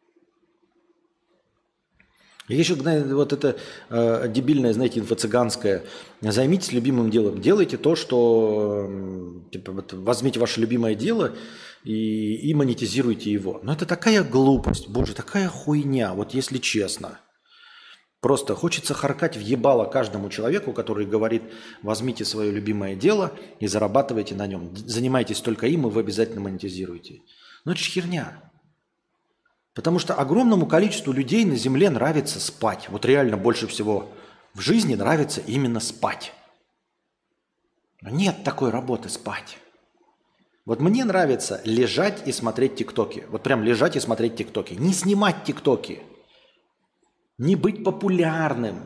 И еще вот это э, дебильное, знаете, инфо-цыганское. Займитесь любимым делом. Делайте то, что… э, Типа, вот, возьмите ваше любимое дело и, и монетизируйте его. Но это такая глупость, боже, такая хуйня, вот если честно. Просто хочется харкать в ебало каждому человеку, который говорит, возьмите свое любимое дело и зарабатывайте на нем. Занимайтесь только им, и вы обязательно монетизируете. Но это же херня. Потому что огромному количеству людей на Земле нравится спать. Вот реально больше всего в жизни нравится именно спать. Но нет такой работы спать. Вот мне нравится лежать и смотреть тиктоки. Вот прям лежать и смотреть тиктоки. Не снимать тиктоки. Не быть популярным.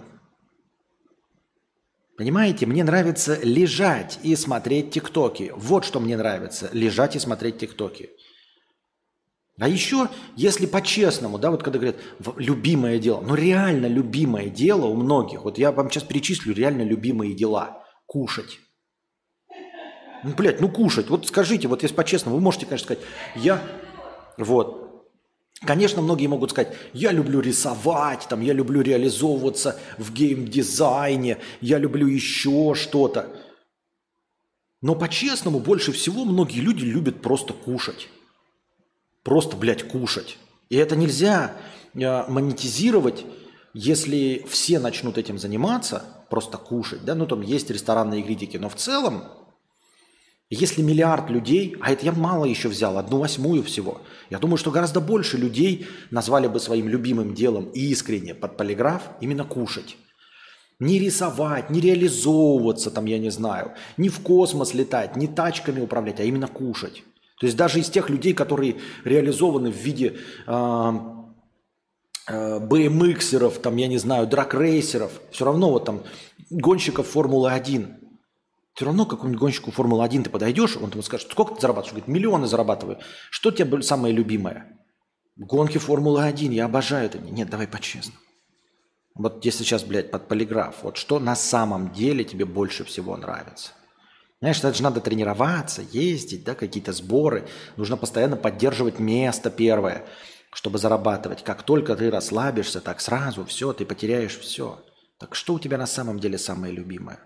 Понимаете, мне нравится лежать и смотреть тиктоки. Вот что мне нравится. Лежать и смотреть тиктоки. А еще, если по-честному, да, вот когда говорят, любимое дело, ну реально любимое дело у многих, вот я вам сейчас перечислю реально любимые дела. Кушать. Ну, блядь, ну кушать. Вот скажите, вот если по-честному, вы можете, конечно, сказать, я, вот. Конечно, многие могут сказать, я люблю рисовать, там, я люблю реализовываться в геймдизайне, я люблю еще что-то. Но по-честному, больше всего многие люди любят просто кушать. Просто, блядь, кушать. И это нельзя э, монетизировать, если все начнут этим заниматься, просто кушать. Да? Ну, там есть ресторанные критики. Но в целом, если миллиард людей, а это я мало еще взял, одну восьмую всего, я думаю, что гораздо больше людей назвали бы своим любимым делом и искренне под полиграф именно кушать. Не рисовать, не реализовываться, там, я не знаю, не в космос летать, не тачками управлять, а именно кушать. То есть даже из тех людей, которые реализованы в виде э, э, би эм иксеров, там, я не знаю, драг-рейсеров, все равно вот там гонщиков Формулы один. Все равно к какому-нибудь гонщику Формулы один ты подойдешь, он тебе скажет, сколько ты зарабатываешь? Он говорит, миллионы зарабатываю. Что у тебя самое любимое? Гонки Формулы один, я обожаю это. Нет, давай по-честному. Вот если сейчас, блядь, под полиграф, вот что на самом деле тебе больше всего нравится? Знаешь, это же надо тренироваться, ездить, да, какие-то сборы. Нужно постоянно поддерживать место первое, чтобы зарабатывать. Как только ты расслабишься, так сразу все, ты потеряешь все. Так что у тебя на самом деле самое любимое?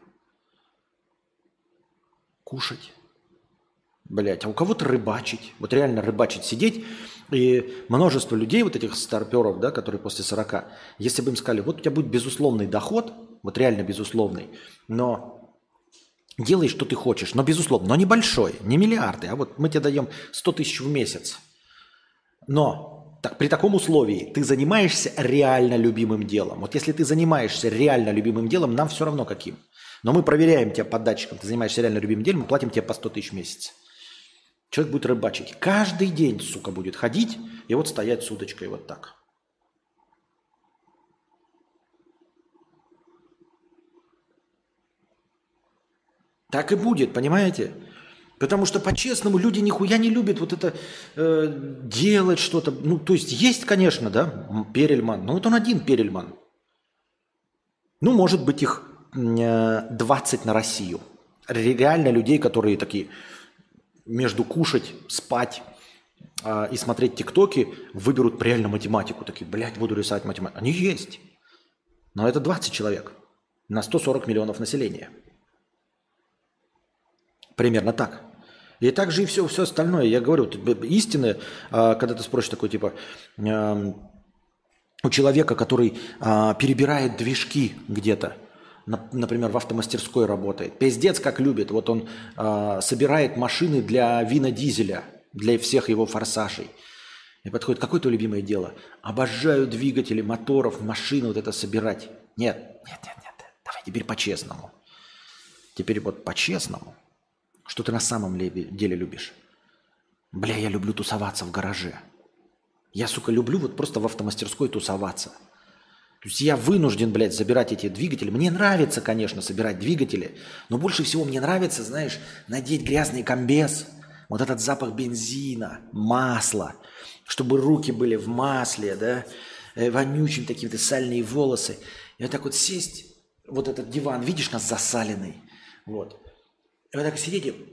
Кушать. Блять, а у кого-то рыбачить. Вот реально рыбачить, сидеть. И множество людей, вот этих старперов, да, которые после сорока, если бы им сказали, вот у тебя будет безусловный доход, вот реально безусловный, но... Делай, что ты хочешь, но безусловно, но небольшой, не миллиарды, а вот мы тебе даем сто тысяч в месяц. Но так, при таком условии ты занимаешься реально любимым делом. Вот если ты занимаешься реально любимым делом, нам все равно каким. Но мы проверяем тебя под датчиком, ты занимаешься реально любимым делом, мы платим тебе по сто тысяч в месяц. Человек будет рыбачить. Каждый день, сука, будет ходить и вот стоять с удочкой вот так. Так и будет, понимаете? Потому что по-честному люди нихуя не любят вот это э, делать что-то. Ну, то есть есть, конечно, да, Перельман, но вот он один Перельман. Ну, может быть, их э, двадцать на Россию. Реально людей, которые такие между кушать, спать э, и смотреть тиктоки выберут реально математику. Такие, блядь, буду рисовать математику. Они есть. Но это двадцать человек на сто сорок миллионов населения. Примерно так. И так же и все, все остальное. Я говорю, истины, когда ты спросишь такой, типа, у человека, который перебирает движки где-то, например, в автомастерской работает, пиздец как любит, вот он собирает машины для Вина Дизеля, для всех его форсажей. И подходит, какое твое любимое дело? Обожаю двигатели моторов, машины, вот это собирать. Нет, нет, нет, нет. Давай теперь по-честному. Теперь вот по-честному. Что ты на самом деле любишь? Бля, я люблю тусоваться в гараже. Я, сука, люблю вот просто в автомастерской тусоваться. То есть я вынужден, блядь, забирать эти двигатели. Мне нравится, конечно, собирать двигатели, но больше всего мне нравится, знаешь, надеть грязный комбез, вот этот запах бензина, масла, чтобы руки были в масле, да, э, вонючим таким-то сальные волосы. И вот так вот сесть, вот этот диван, видишь, нас засаленный, вот. И вот так сидеть и...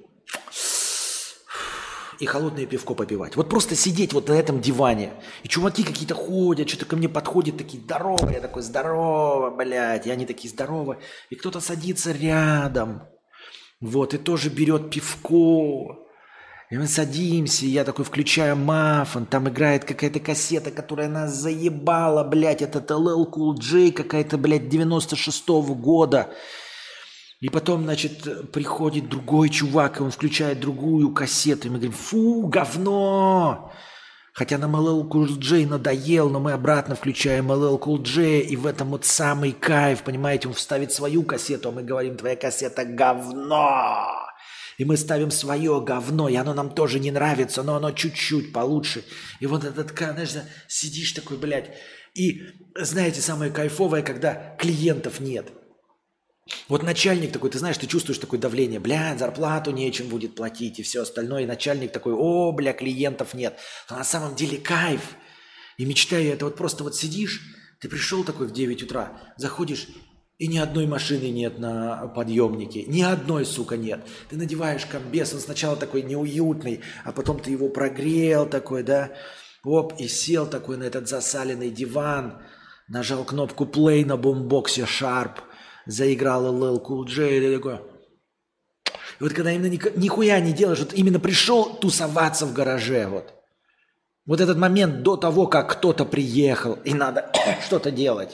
и холодное пивко попивать. Вот просто сидеть вот на этом диване. И чуваки какие-то ходят, что-то ко мне подходят, такие здоровые. Я такой, здорово, блядь. И они такие, здорово. И кто-то садится рядом. Вот, и тоже берет пивко. И мы садимся, и я такой включаю мафон. Там играет какая-то кассета, которая нас заебала, блядь. Это эл эл Cool J какая-то, блядь, девяносто шестого года. И потом, значит, приходит другой чувак, и он включает другую кассету. И мы говорим, фу, говно! Хотя нам эл эл Cool J надоел, но мы обратно включаем эл эл Cool J. И в этом вот самый кайф, понимаете? Он вставит свою кассету, а мы говорим, твоя кассета говно! И мы ставим свое говно, и оно нам тоже не нравится, но оно чуть-чуть получше. И вот этот, знаешь, сидишь такой, блядь. И знаете, самое кайфовое, когда клиентов нет. Вот начальник такой, ты знаешь, ты чувствуешь такое давление, бля, зарплату нечем будет платить и все остальное. И начальник такой, о, бля, клиентов нет. Но на самом деле кайф. И мечтаю, это вот просто вот сидишь, ты пришел такой в девять утра, заходишь, и ни одной машины нет на подъемнике, ни одной, сука, нет. Ты надеваешь комбез, он сначала такой неуютный, а потом ты его прогрел такой, да, оп, и сел такой на этот засаленный диван, нажал кнопку play на бумбоксе Sharp, заиграл эл эл Cool J, и ты такой... И вот когда именно ни, нихуя не делаешь, вот именно пришел тусоваться в гараже, вот. Вот этот момент до того, как кто-то приехал, и надо что-то делать.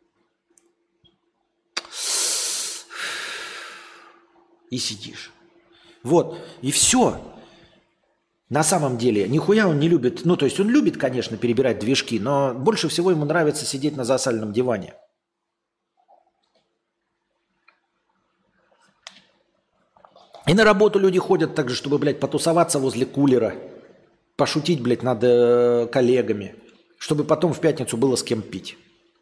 И сидишь. Вот, и все. На самом деле, нихуя он не любит, ну, то есть он любит, конечно, перебирать движки, но больше всего ему нравится сидеть на засаленном диване. И на работу люди ходят так же, чтобы, блядь, потусоваться возле кулера, пошутить, блядь, над э, коллегами, чтобы потом в пятницу было с кем пить.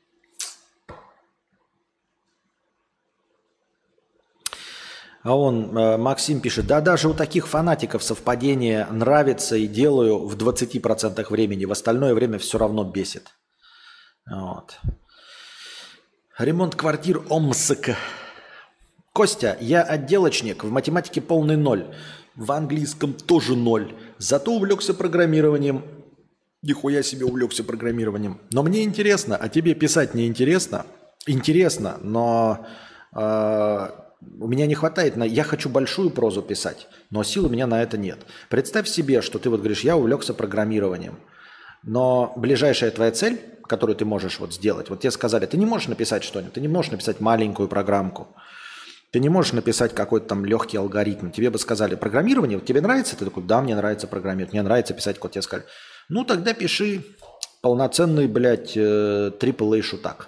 А он, э, Максим пишет, да даже у таких фанатиков совпадение нравится и делаю в двадцати процентах времени, в остальное время все равно бесит. Вот. Ремонт квартир Омск. Костя, я отделочник, в математике полный ноль, в английском тоже ноль, зато увлекся программированием. Нихуя себе увлекся программированием. Но мне интересно, а тебе писать не интересно? Интересно, но э, у меня не хватает, на... я хочу большую прозу писать, но сил у меня на это нет. Представь себе, что ты вот говоришь, я увлекся программированием, но ближайшая твоя цель, которую ты можешь вот сделать, вот тебе сказали, ты не можешь написать что-нибудь, ты не можешь написать маленькую программку, ты не можешь написать какой-то там легкий алгоритм. Тебе бы сказали, программирование, вот тебе нравится? Ты такой, да, мне нравится программировать, мне нравится писать код. Тебе сказали, ну тогда пиши полноценный, блядь, трипл эй шутак.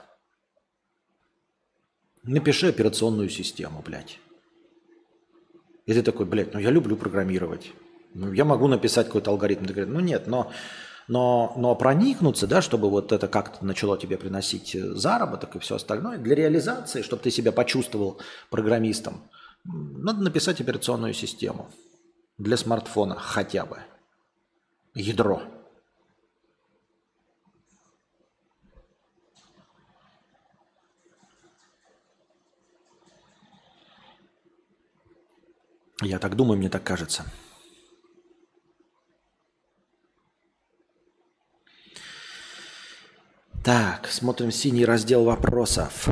Напиши операционную систему, блядь. И ты такой, блядь, ну я люблю программировать. Ну я могу написать какой-то алгоритм. Ты говоришь, ну нет, но... Но, но проникнуться, да, чтобы вот это как-то начало тебе приносить заработок и все остальное, для реализации, чтобы ты себя почувствовал программистом, надо написать операционную систему для смартфона хотя бы. Ядро. Я так думаю, мне так кажется. Так, смотрим синий раздел вопросов.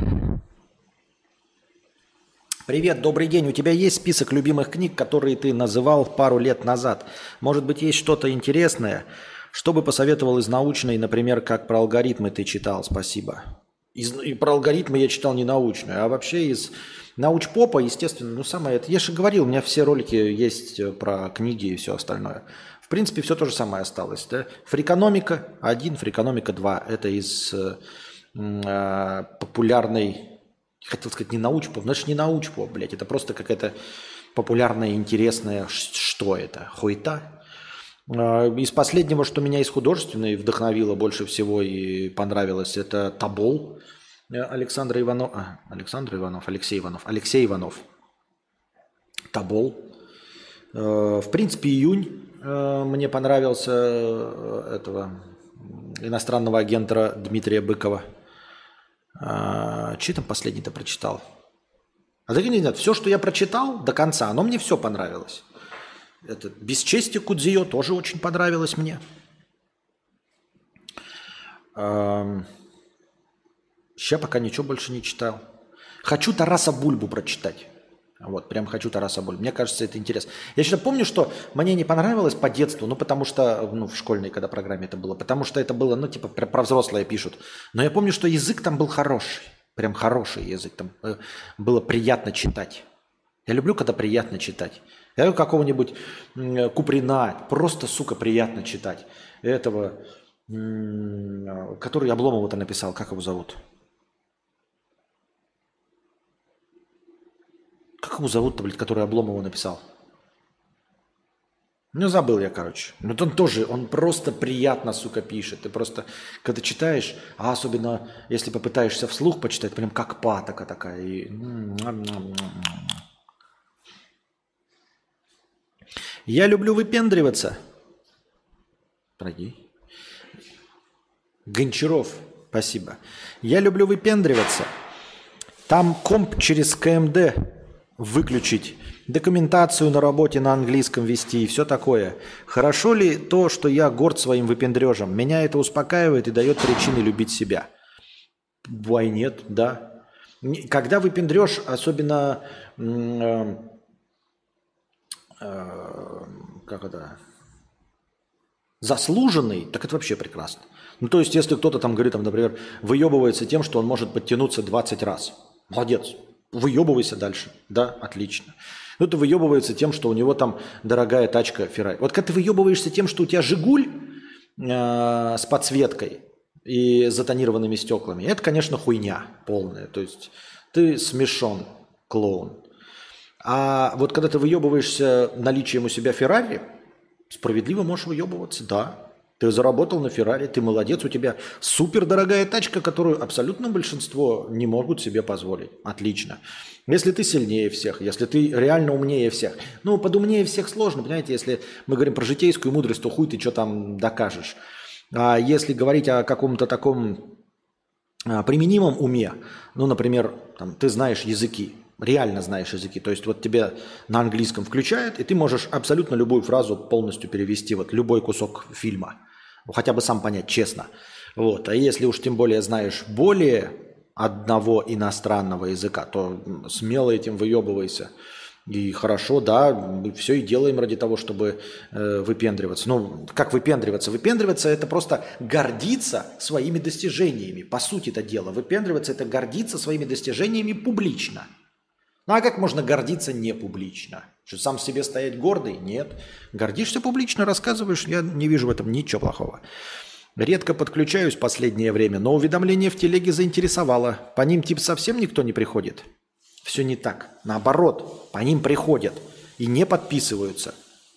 Привет, добрый день. У тебя есть список любимых книг, которые ты называл пару лет назад? Может быть, есть что-то интересное? Что бы посоветовал из научной, например, как про алгоритмы ты читал? Спасибо. Из, и про алгоритмы я читал не научную, а вообще из научпопа, естественно, ну самое это. Я же говорил, у меня все ролики есть про книги и все остальное. В принципе, все то же самое осталось. Да? Фрикономика один, фрикономика два. Это из э, э, популярной, хотел сказать, не научпоп, но это же не научпоп, блядь. Это просто какая-то популярная, интересная, что это, хуета. Э, из последнего, что меня из художественной вдохновило больше всего и понравилось, это Тобол Александра Иванов, а, Александр Иванов, Алексей Иванов, Алексей Иванов. Тобол. Э, в принципе, июнь. Мне понравился этого иностранного агента Дмитрия Быкова. Че там последний-то прочитал? А так нет, все, что я прочитал до конца, оно мне все понравилось. Это «Бесчестие Кудзио» тоже очень понравилось мне. Сейчас пока ничего больше не читал. Хочу Тараса Бульбу прочитать. Вот, прям хочу Тараса Бульбу. Мне кажется, это интересно. Я еще помню, что мне не понравилось по детству, ну, потому что, ну, в школьной, когда программе это было, потому что это было, ну, типа, про, про взрослое пишут. Но я помню, что язык там был хороший. Прям хороший язык. Там э, было приятно читать. Я люблю, когда приятно читать. Я люблю какого-нибудь э, Куприна. Просто, сука, приятно читать. Этого, э, который Обломова-то написал. Как его зовут? Как его зовут-то, блядь, который Обломова написал? Ну, забыл я, короче. Но он тоже, он просто приятно, сука, пишет. Ты просто, когда читаешь, а особенно, если попытаешься вслух почитать, прям как патока такая. И... Я люблю выпендриваться. Пройди. Гончаров, спасибо. Я люблю выпендриваться. Там комп через КМД выключить, документацию на работе на английском вести и все такое. Хорошо ли то, что я горд своим выпендрежем? Меня это успокаивает и дает причины любить себя. Why нет, да. Когда выпендрешь, особенно э, э, как это, заслуженный, так это вообще прекрасно. Ну, то есть, если кто-то там говорит, там, например, выебывается тем, что он может подтянуться двадцать раз. Молодец. Выебывайся дальше. Да, отлично. Кто-то выебывается тем, что у него там дорогая тачка Феррари. Вот когда ты выебываешься тем, что у тебя Жигуль э, с подсветкой и затонированными стеклами, это, конечно, хуйня полная. То есть ты смешон, клоун. А вот когда ты выебываешься наличием у себя Феррари, справедливо можешь выебываться, да. Ты заработал на Феррари, ты молодец, у тебя супер дорогая тачка, которую абсолютно большинство не могут себе позволить. Отлично. Если ты сильнее всех, если ты реально умнее всех. Ну, под умнее всех сложно, понимаете, если мы говорим про житейскую мудрость, то хуй ты что там докажешь. А если говорить о каком-то таком а, применимом уме, ну, например, там, ты знаешь языки, реально знаешь языки. То есть вот тебе на английском включают, и ты можешь абсолютно любую фразу полностью перевести, вот любой кусок фильма. Ну, хотя бы сам понять, честно. Вот. А если уж тем более знаешь более одного иностранного языка, то смело этим выебывайся. И хорошо, да, мы все и делаем ради того, чтобы э, выпендриваться. Ну, как выпендриваться? Выпендриваться – это просто гордиться своими достижениями. По сути это дело. Выпендриваться – это гордиться своими достижениями публично. Ну а как можно гордиться не публично? Что, сам себе стоять гордый? Нет. Гордишься публично, рассказываешь, я не вижу в этом ничего плохого. Редко подключаюсь в последнее время, но уведомление в телеге заинтересовало. По ним типа совсем никто не приходит. Все не так. Наоборот, по ним приходят и не подписываются.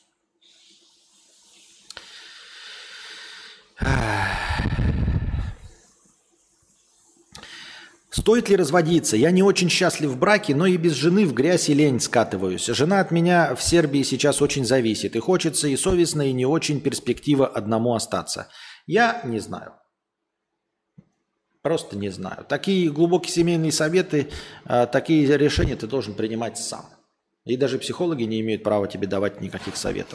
Стоит ли разводиться? Я не очень счастлив в браке, но и без жены в грязь и лень скатываюсь. Жена от меня в Сербии сейчас очень зависит. И хочется и совестно, и не очень перспектива одному остаться. Я не знаю. Просто не знаю. Такие глубокие семейные советы, такие решения ты должен принимать сам. И даже психологи не имеют права тебе давать никаких советов.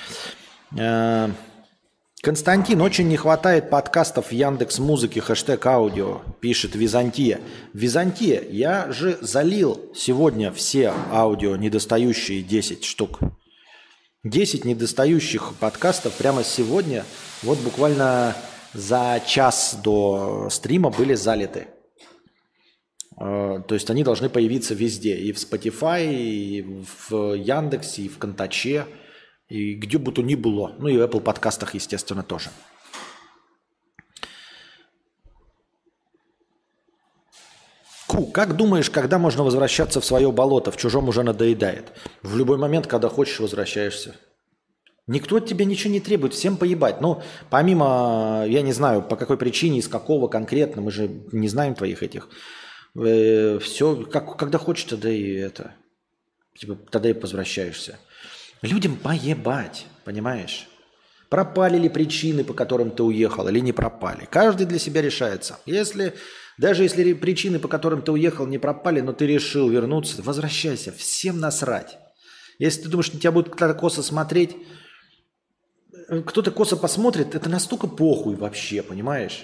Константин, очень не хватает подкастов в Яндекс.Музыке, хэштег аудио, пишет Византия. Византия, я же залил сегодня все аудио недостающие десять штук. десять недостающих подкастов прямо сегодня, вот буквально за час до стрима были залиты. То есть они должны появиться везде. И в Spotify, и в Яндексе, и в Контаче, И где бы то ни было. Ну и в Apple подкастах, естественно, тоже. Ку, как думаешь, когда можно возвращаться в свое болото? В чужом уже надоедает. В любой момент, когда хочешь, возвращаешься. Никто от тебя ничего не требует, всем поебать. Ну, помимо, я не знаю, по какой причине, из какого конкретно, мы же не знаем твоих этих. Э, все, как, когда хочешь, тогда и это. Типа, тогда и возвращаешься. Людям поебать, понимаешь? Пропали ли причины, по которым ты уехал, или не пропали? Каждый для себя решается. Если, даже если причины, по которым ты уехал, не пропали, но ты решил вернуться, возвращайся. Всем насрать. Если ты думаешь, на тебя будет кто-то косо смотреть, кто-то косо посмотрит, это настолько похуй вообще, понимаешь?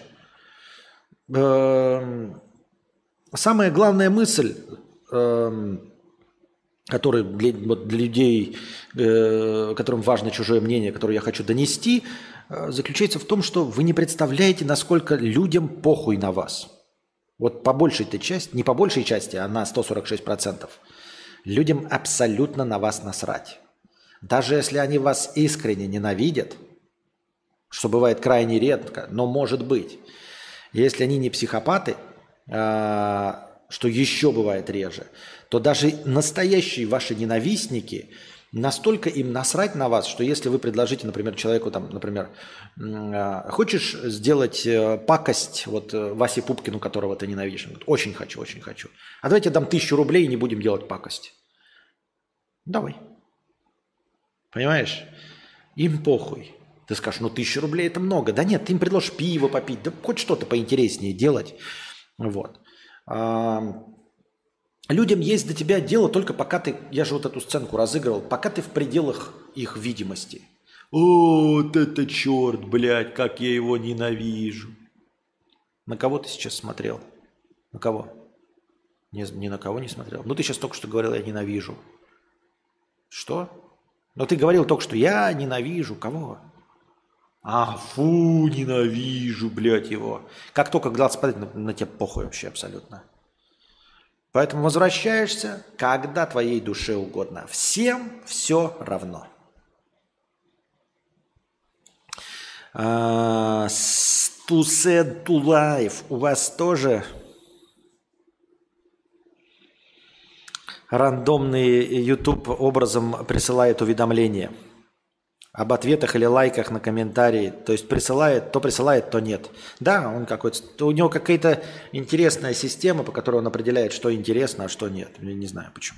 Эм, самая главная мысль, эм, которая для, вот для людей, э, которым важно чужое мнение, которое я хочу донести, э, заключается в том, что вы не представляете, насколько людям похуй на вас. Вот по большей-то части, не по большей части, а на сто сорок шесть процентов. Людям абсолютно на вас насрать. Даже если они вас искренне ненавидят, что бывает крайне редко, но может быть. Если они не психопаты, а, что еще бывает реже, то даже настоящие ваши ненавистники, настолько им насрать на вас, что если вы предложите, например, человеку, там, например, а, хочешь сделать пакость вот Васе Пупкину, которого ты ненавидишь? Он говорит, очень хочу, очень хочу. А давайте я дам тысячу рублей и не будем делать пакость. Давай. Понимаешь? Им похуй. Ты скажешь, ну тысяча рублей это много. Да нет, ты им предложишь пиво попить, да хоть что-то поинтереснее делать. Вот. А, людям есть до тебя дело только пока ты, я же вот эту сценку разыгрывал, пока ты в пределах их видимости. О, вот это черт, блядь, как я его ненавижу. На кого ты сейчас смотрел? На кого? Ни, ни на кого не смотрел. Ну ты сейчас только что говорил, я ненавижу. Что? Но ты говорил только что, я ненавижу. Кого? А, фу, ненавижу, блядь, его. Как только глаз падает, на, на тебя похуй вообще абсолютно. Поэтому возвращаешься, когда твоей душе угодно. Всем все равно. Стусед Тулаев, у вас тоже рандомный YouTube образом присылает уведомления об ответах или лайках на комментарии. То есть присылает, то присылает, то нет. Да, он какой-то, у него какая-то интересная система, по которой он определяет, что интересно, а что нет. Я не знаю почему.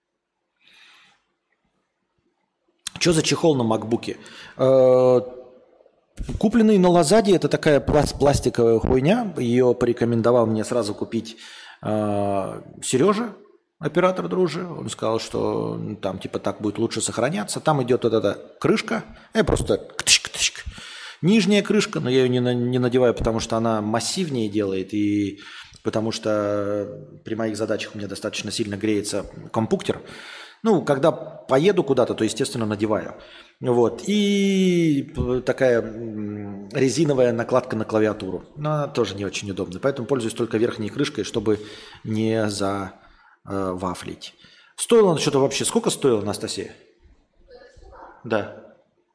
Что за чехол на макбуке? Купленный на Лазаде, это такая пластиковая хуйня. Ее порекомендовал мне сразу купить Сережа, оператор дружи. Он сказал, что там типа так будет лучше сохраняться. Там идет вот эта крышка. Я просто ктышк-ктышк. Нижняя крышка, но я ее не, на, не надеваю, потому что она массивнее делает. И потому что при моих задачах у меня достаточно сильно греется компьютер. Ну, когда поеду куда-то, то, естественно, надеваю. Вот. И такая резиновая накладка на клавиатуру. Но она тоже не очень удобна. Поэтому пользуюсь только верхней крышкой, чтобы не за... вафлить. Стоило она что-то вообще? Сколько стоило, Анастасия? Да.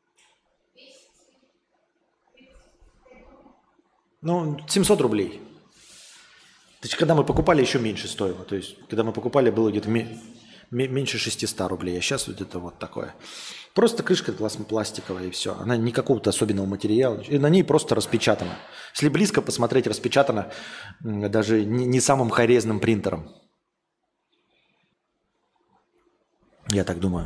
Ну, семьсот рублей. То есть, когда мы покупали, еще меньше стоило. То есть, когда мы покупали, было где-то меньше шестисот рублей. А сейчас вот это вот такое. Просто крышка пластиковая и все. Она не какого-то особенного материала. И на ней просто распечатано. Если близко посмотреть, распечатано даже не самым хорезным принтером. Я так думаю.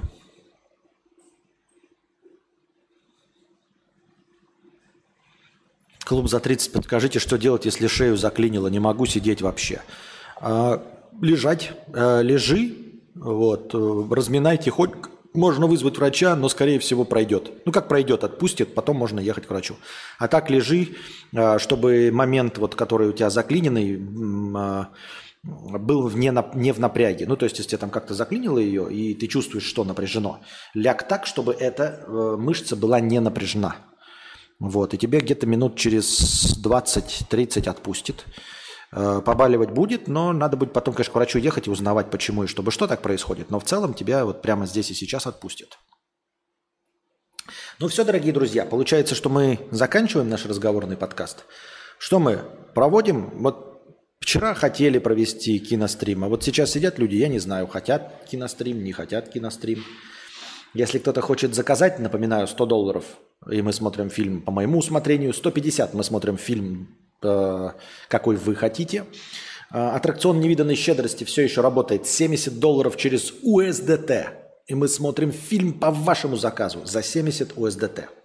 Клуб за тридцать. Подскажите, что делать, если шею заклинило? Не могу сидеть вообще. А, лежать. А, лежи. Вот, разминай тихонько. Можно вызвать врача, но, скорее всего, пройдет. Ну, как пройдет, отпустит, потом можно ехать к врачу. А так лежи, чтобы момент, вот, который у тебя заклиненный, был в не, не в напряге. Ну, то есть, если тебя там как-то заклинило ее, и ты чувствуешь, что напряжено, ляг так, чтобы эта мышца была не напряжена. Вот, и тебе где-то минут через двадцать-тридцать отпустит. Побаливать будет, но надо будет потом, конечно, к врачу ехать и узнавать, почему и чтобы что так происходит. Но в целом тебя вот прямо здесь и сейчас отпустят. Ну все, дорогие друзья, получается, что мы заканчиваем наш разговорный подкаст. Что мы проводим? Вот вчера хотели провести кинострим, а вот сейчас сидят люди, я не знаю, хотят кинострим, не хотят кинострим. Если кто-то хочет заказать, напоминаю, сто долларов, и мы смотрим фильм по моему усмотрению, сто пятьдесят мы смотрим фильм, э, какой вы хотите. Э, аттракцион невиданной щедрости все еще работает, семьдесят долларов через ю эс ди ти. И мы смотрим фильм по вашему заказу за семьдесят ю эс ди ти.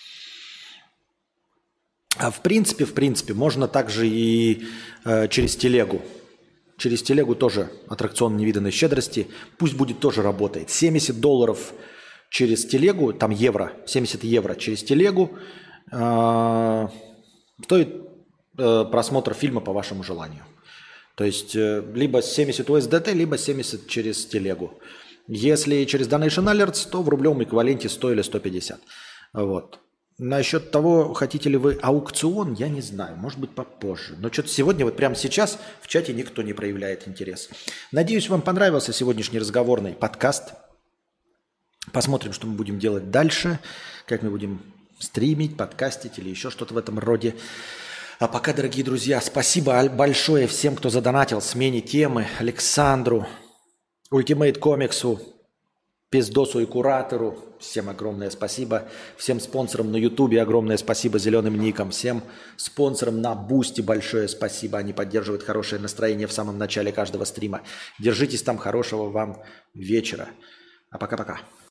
А в принципе, в принципе, можно также и э, через телегу. Через телегу тоже аттракцион невиданной щедрости. Пусть будет тоже работает. семьдесят долларов через телегу, там евро, семьдесят евро через телегу. Э, стоит э, просмотр фильма по вашему желанию. То есть э, либо семьдесят ю эс ди ти, либо семьдесят через телегу. Если через Donation Alerts, то в рублевом эквиваленте сто или сто пятьдесят. Вот. Насчет того, хотите ли вы аукцион, я не знаю. Может быть, попозже. Но что-то сегодня, вот прямо сейчас в чате никто не проявляет интерес. Надеюсь, вам понравился сегодняшний разговорный подкаст. Посмотрим, что мы будем делать дальше. Как мы будем стримить, подкастить или еще что-то в этом роде. А пока, дорогие друзья, спасибо большое всем, кто задонатил. Смене темы, Александру, Ультимейт Комиксу, Пиздосу и Куратору. Всем огромное спасибо. Всем спонсорам на Ютубе огромное спасибо, зеленым никам. Всем спонсорам на Бусти большое спасибо. Они поддерживают хорошее настроение в самом начале каждого стрима. Держитесь там, хорошего вам вечера. А пока-пока.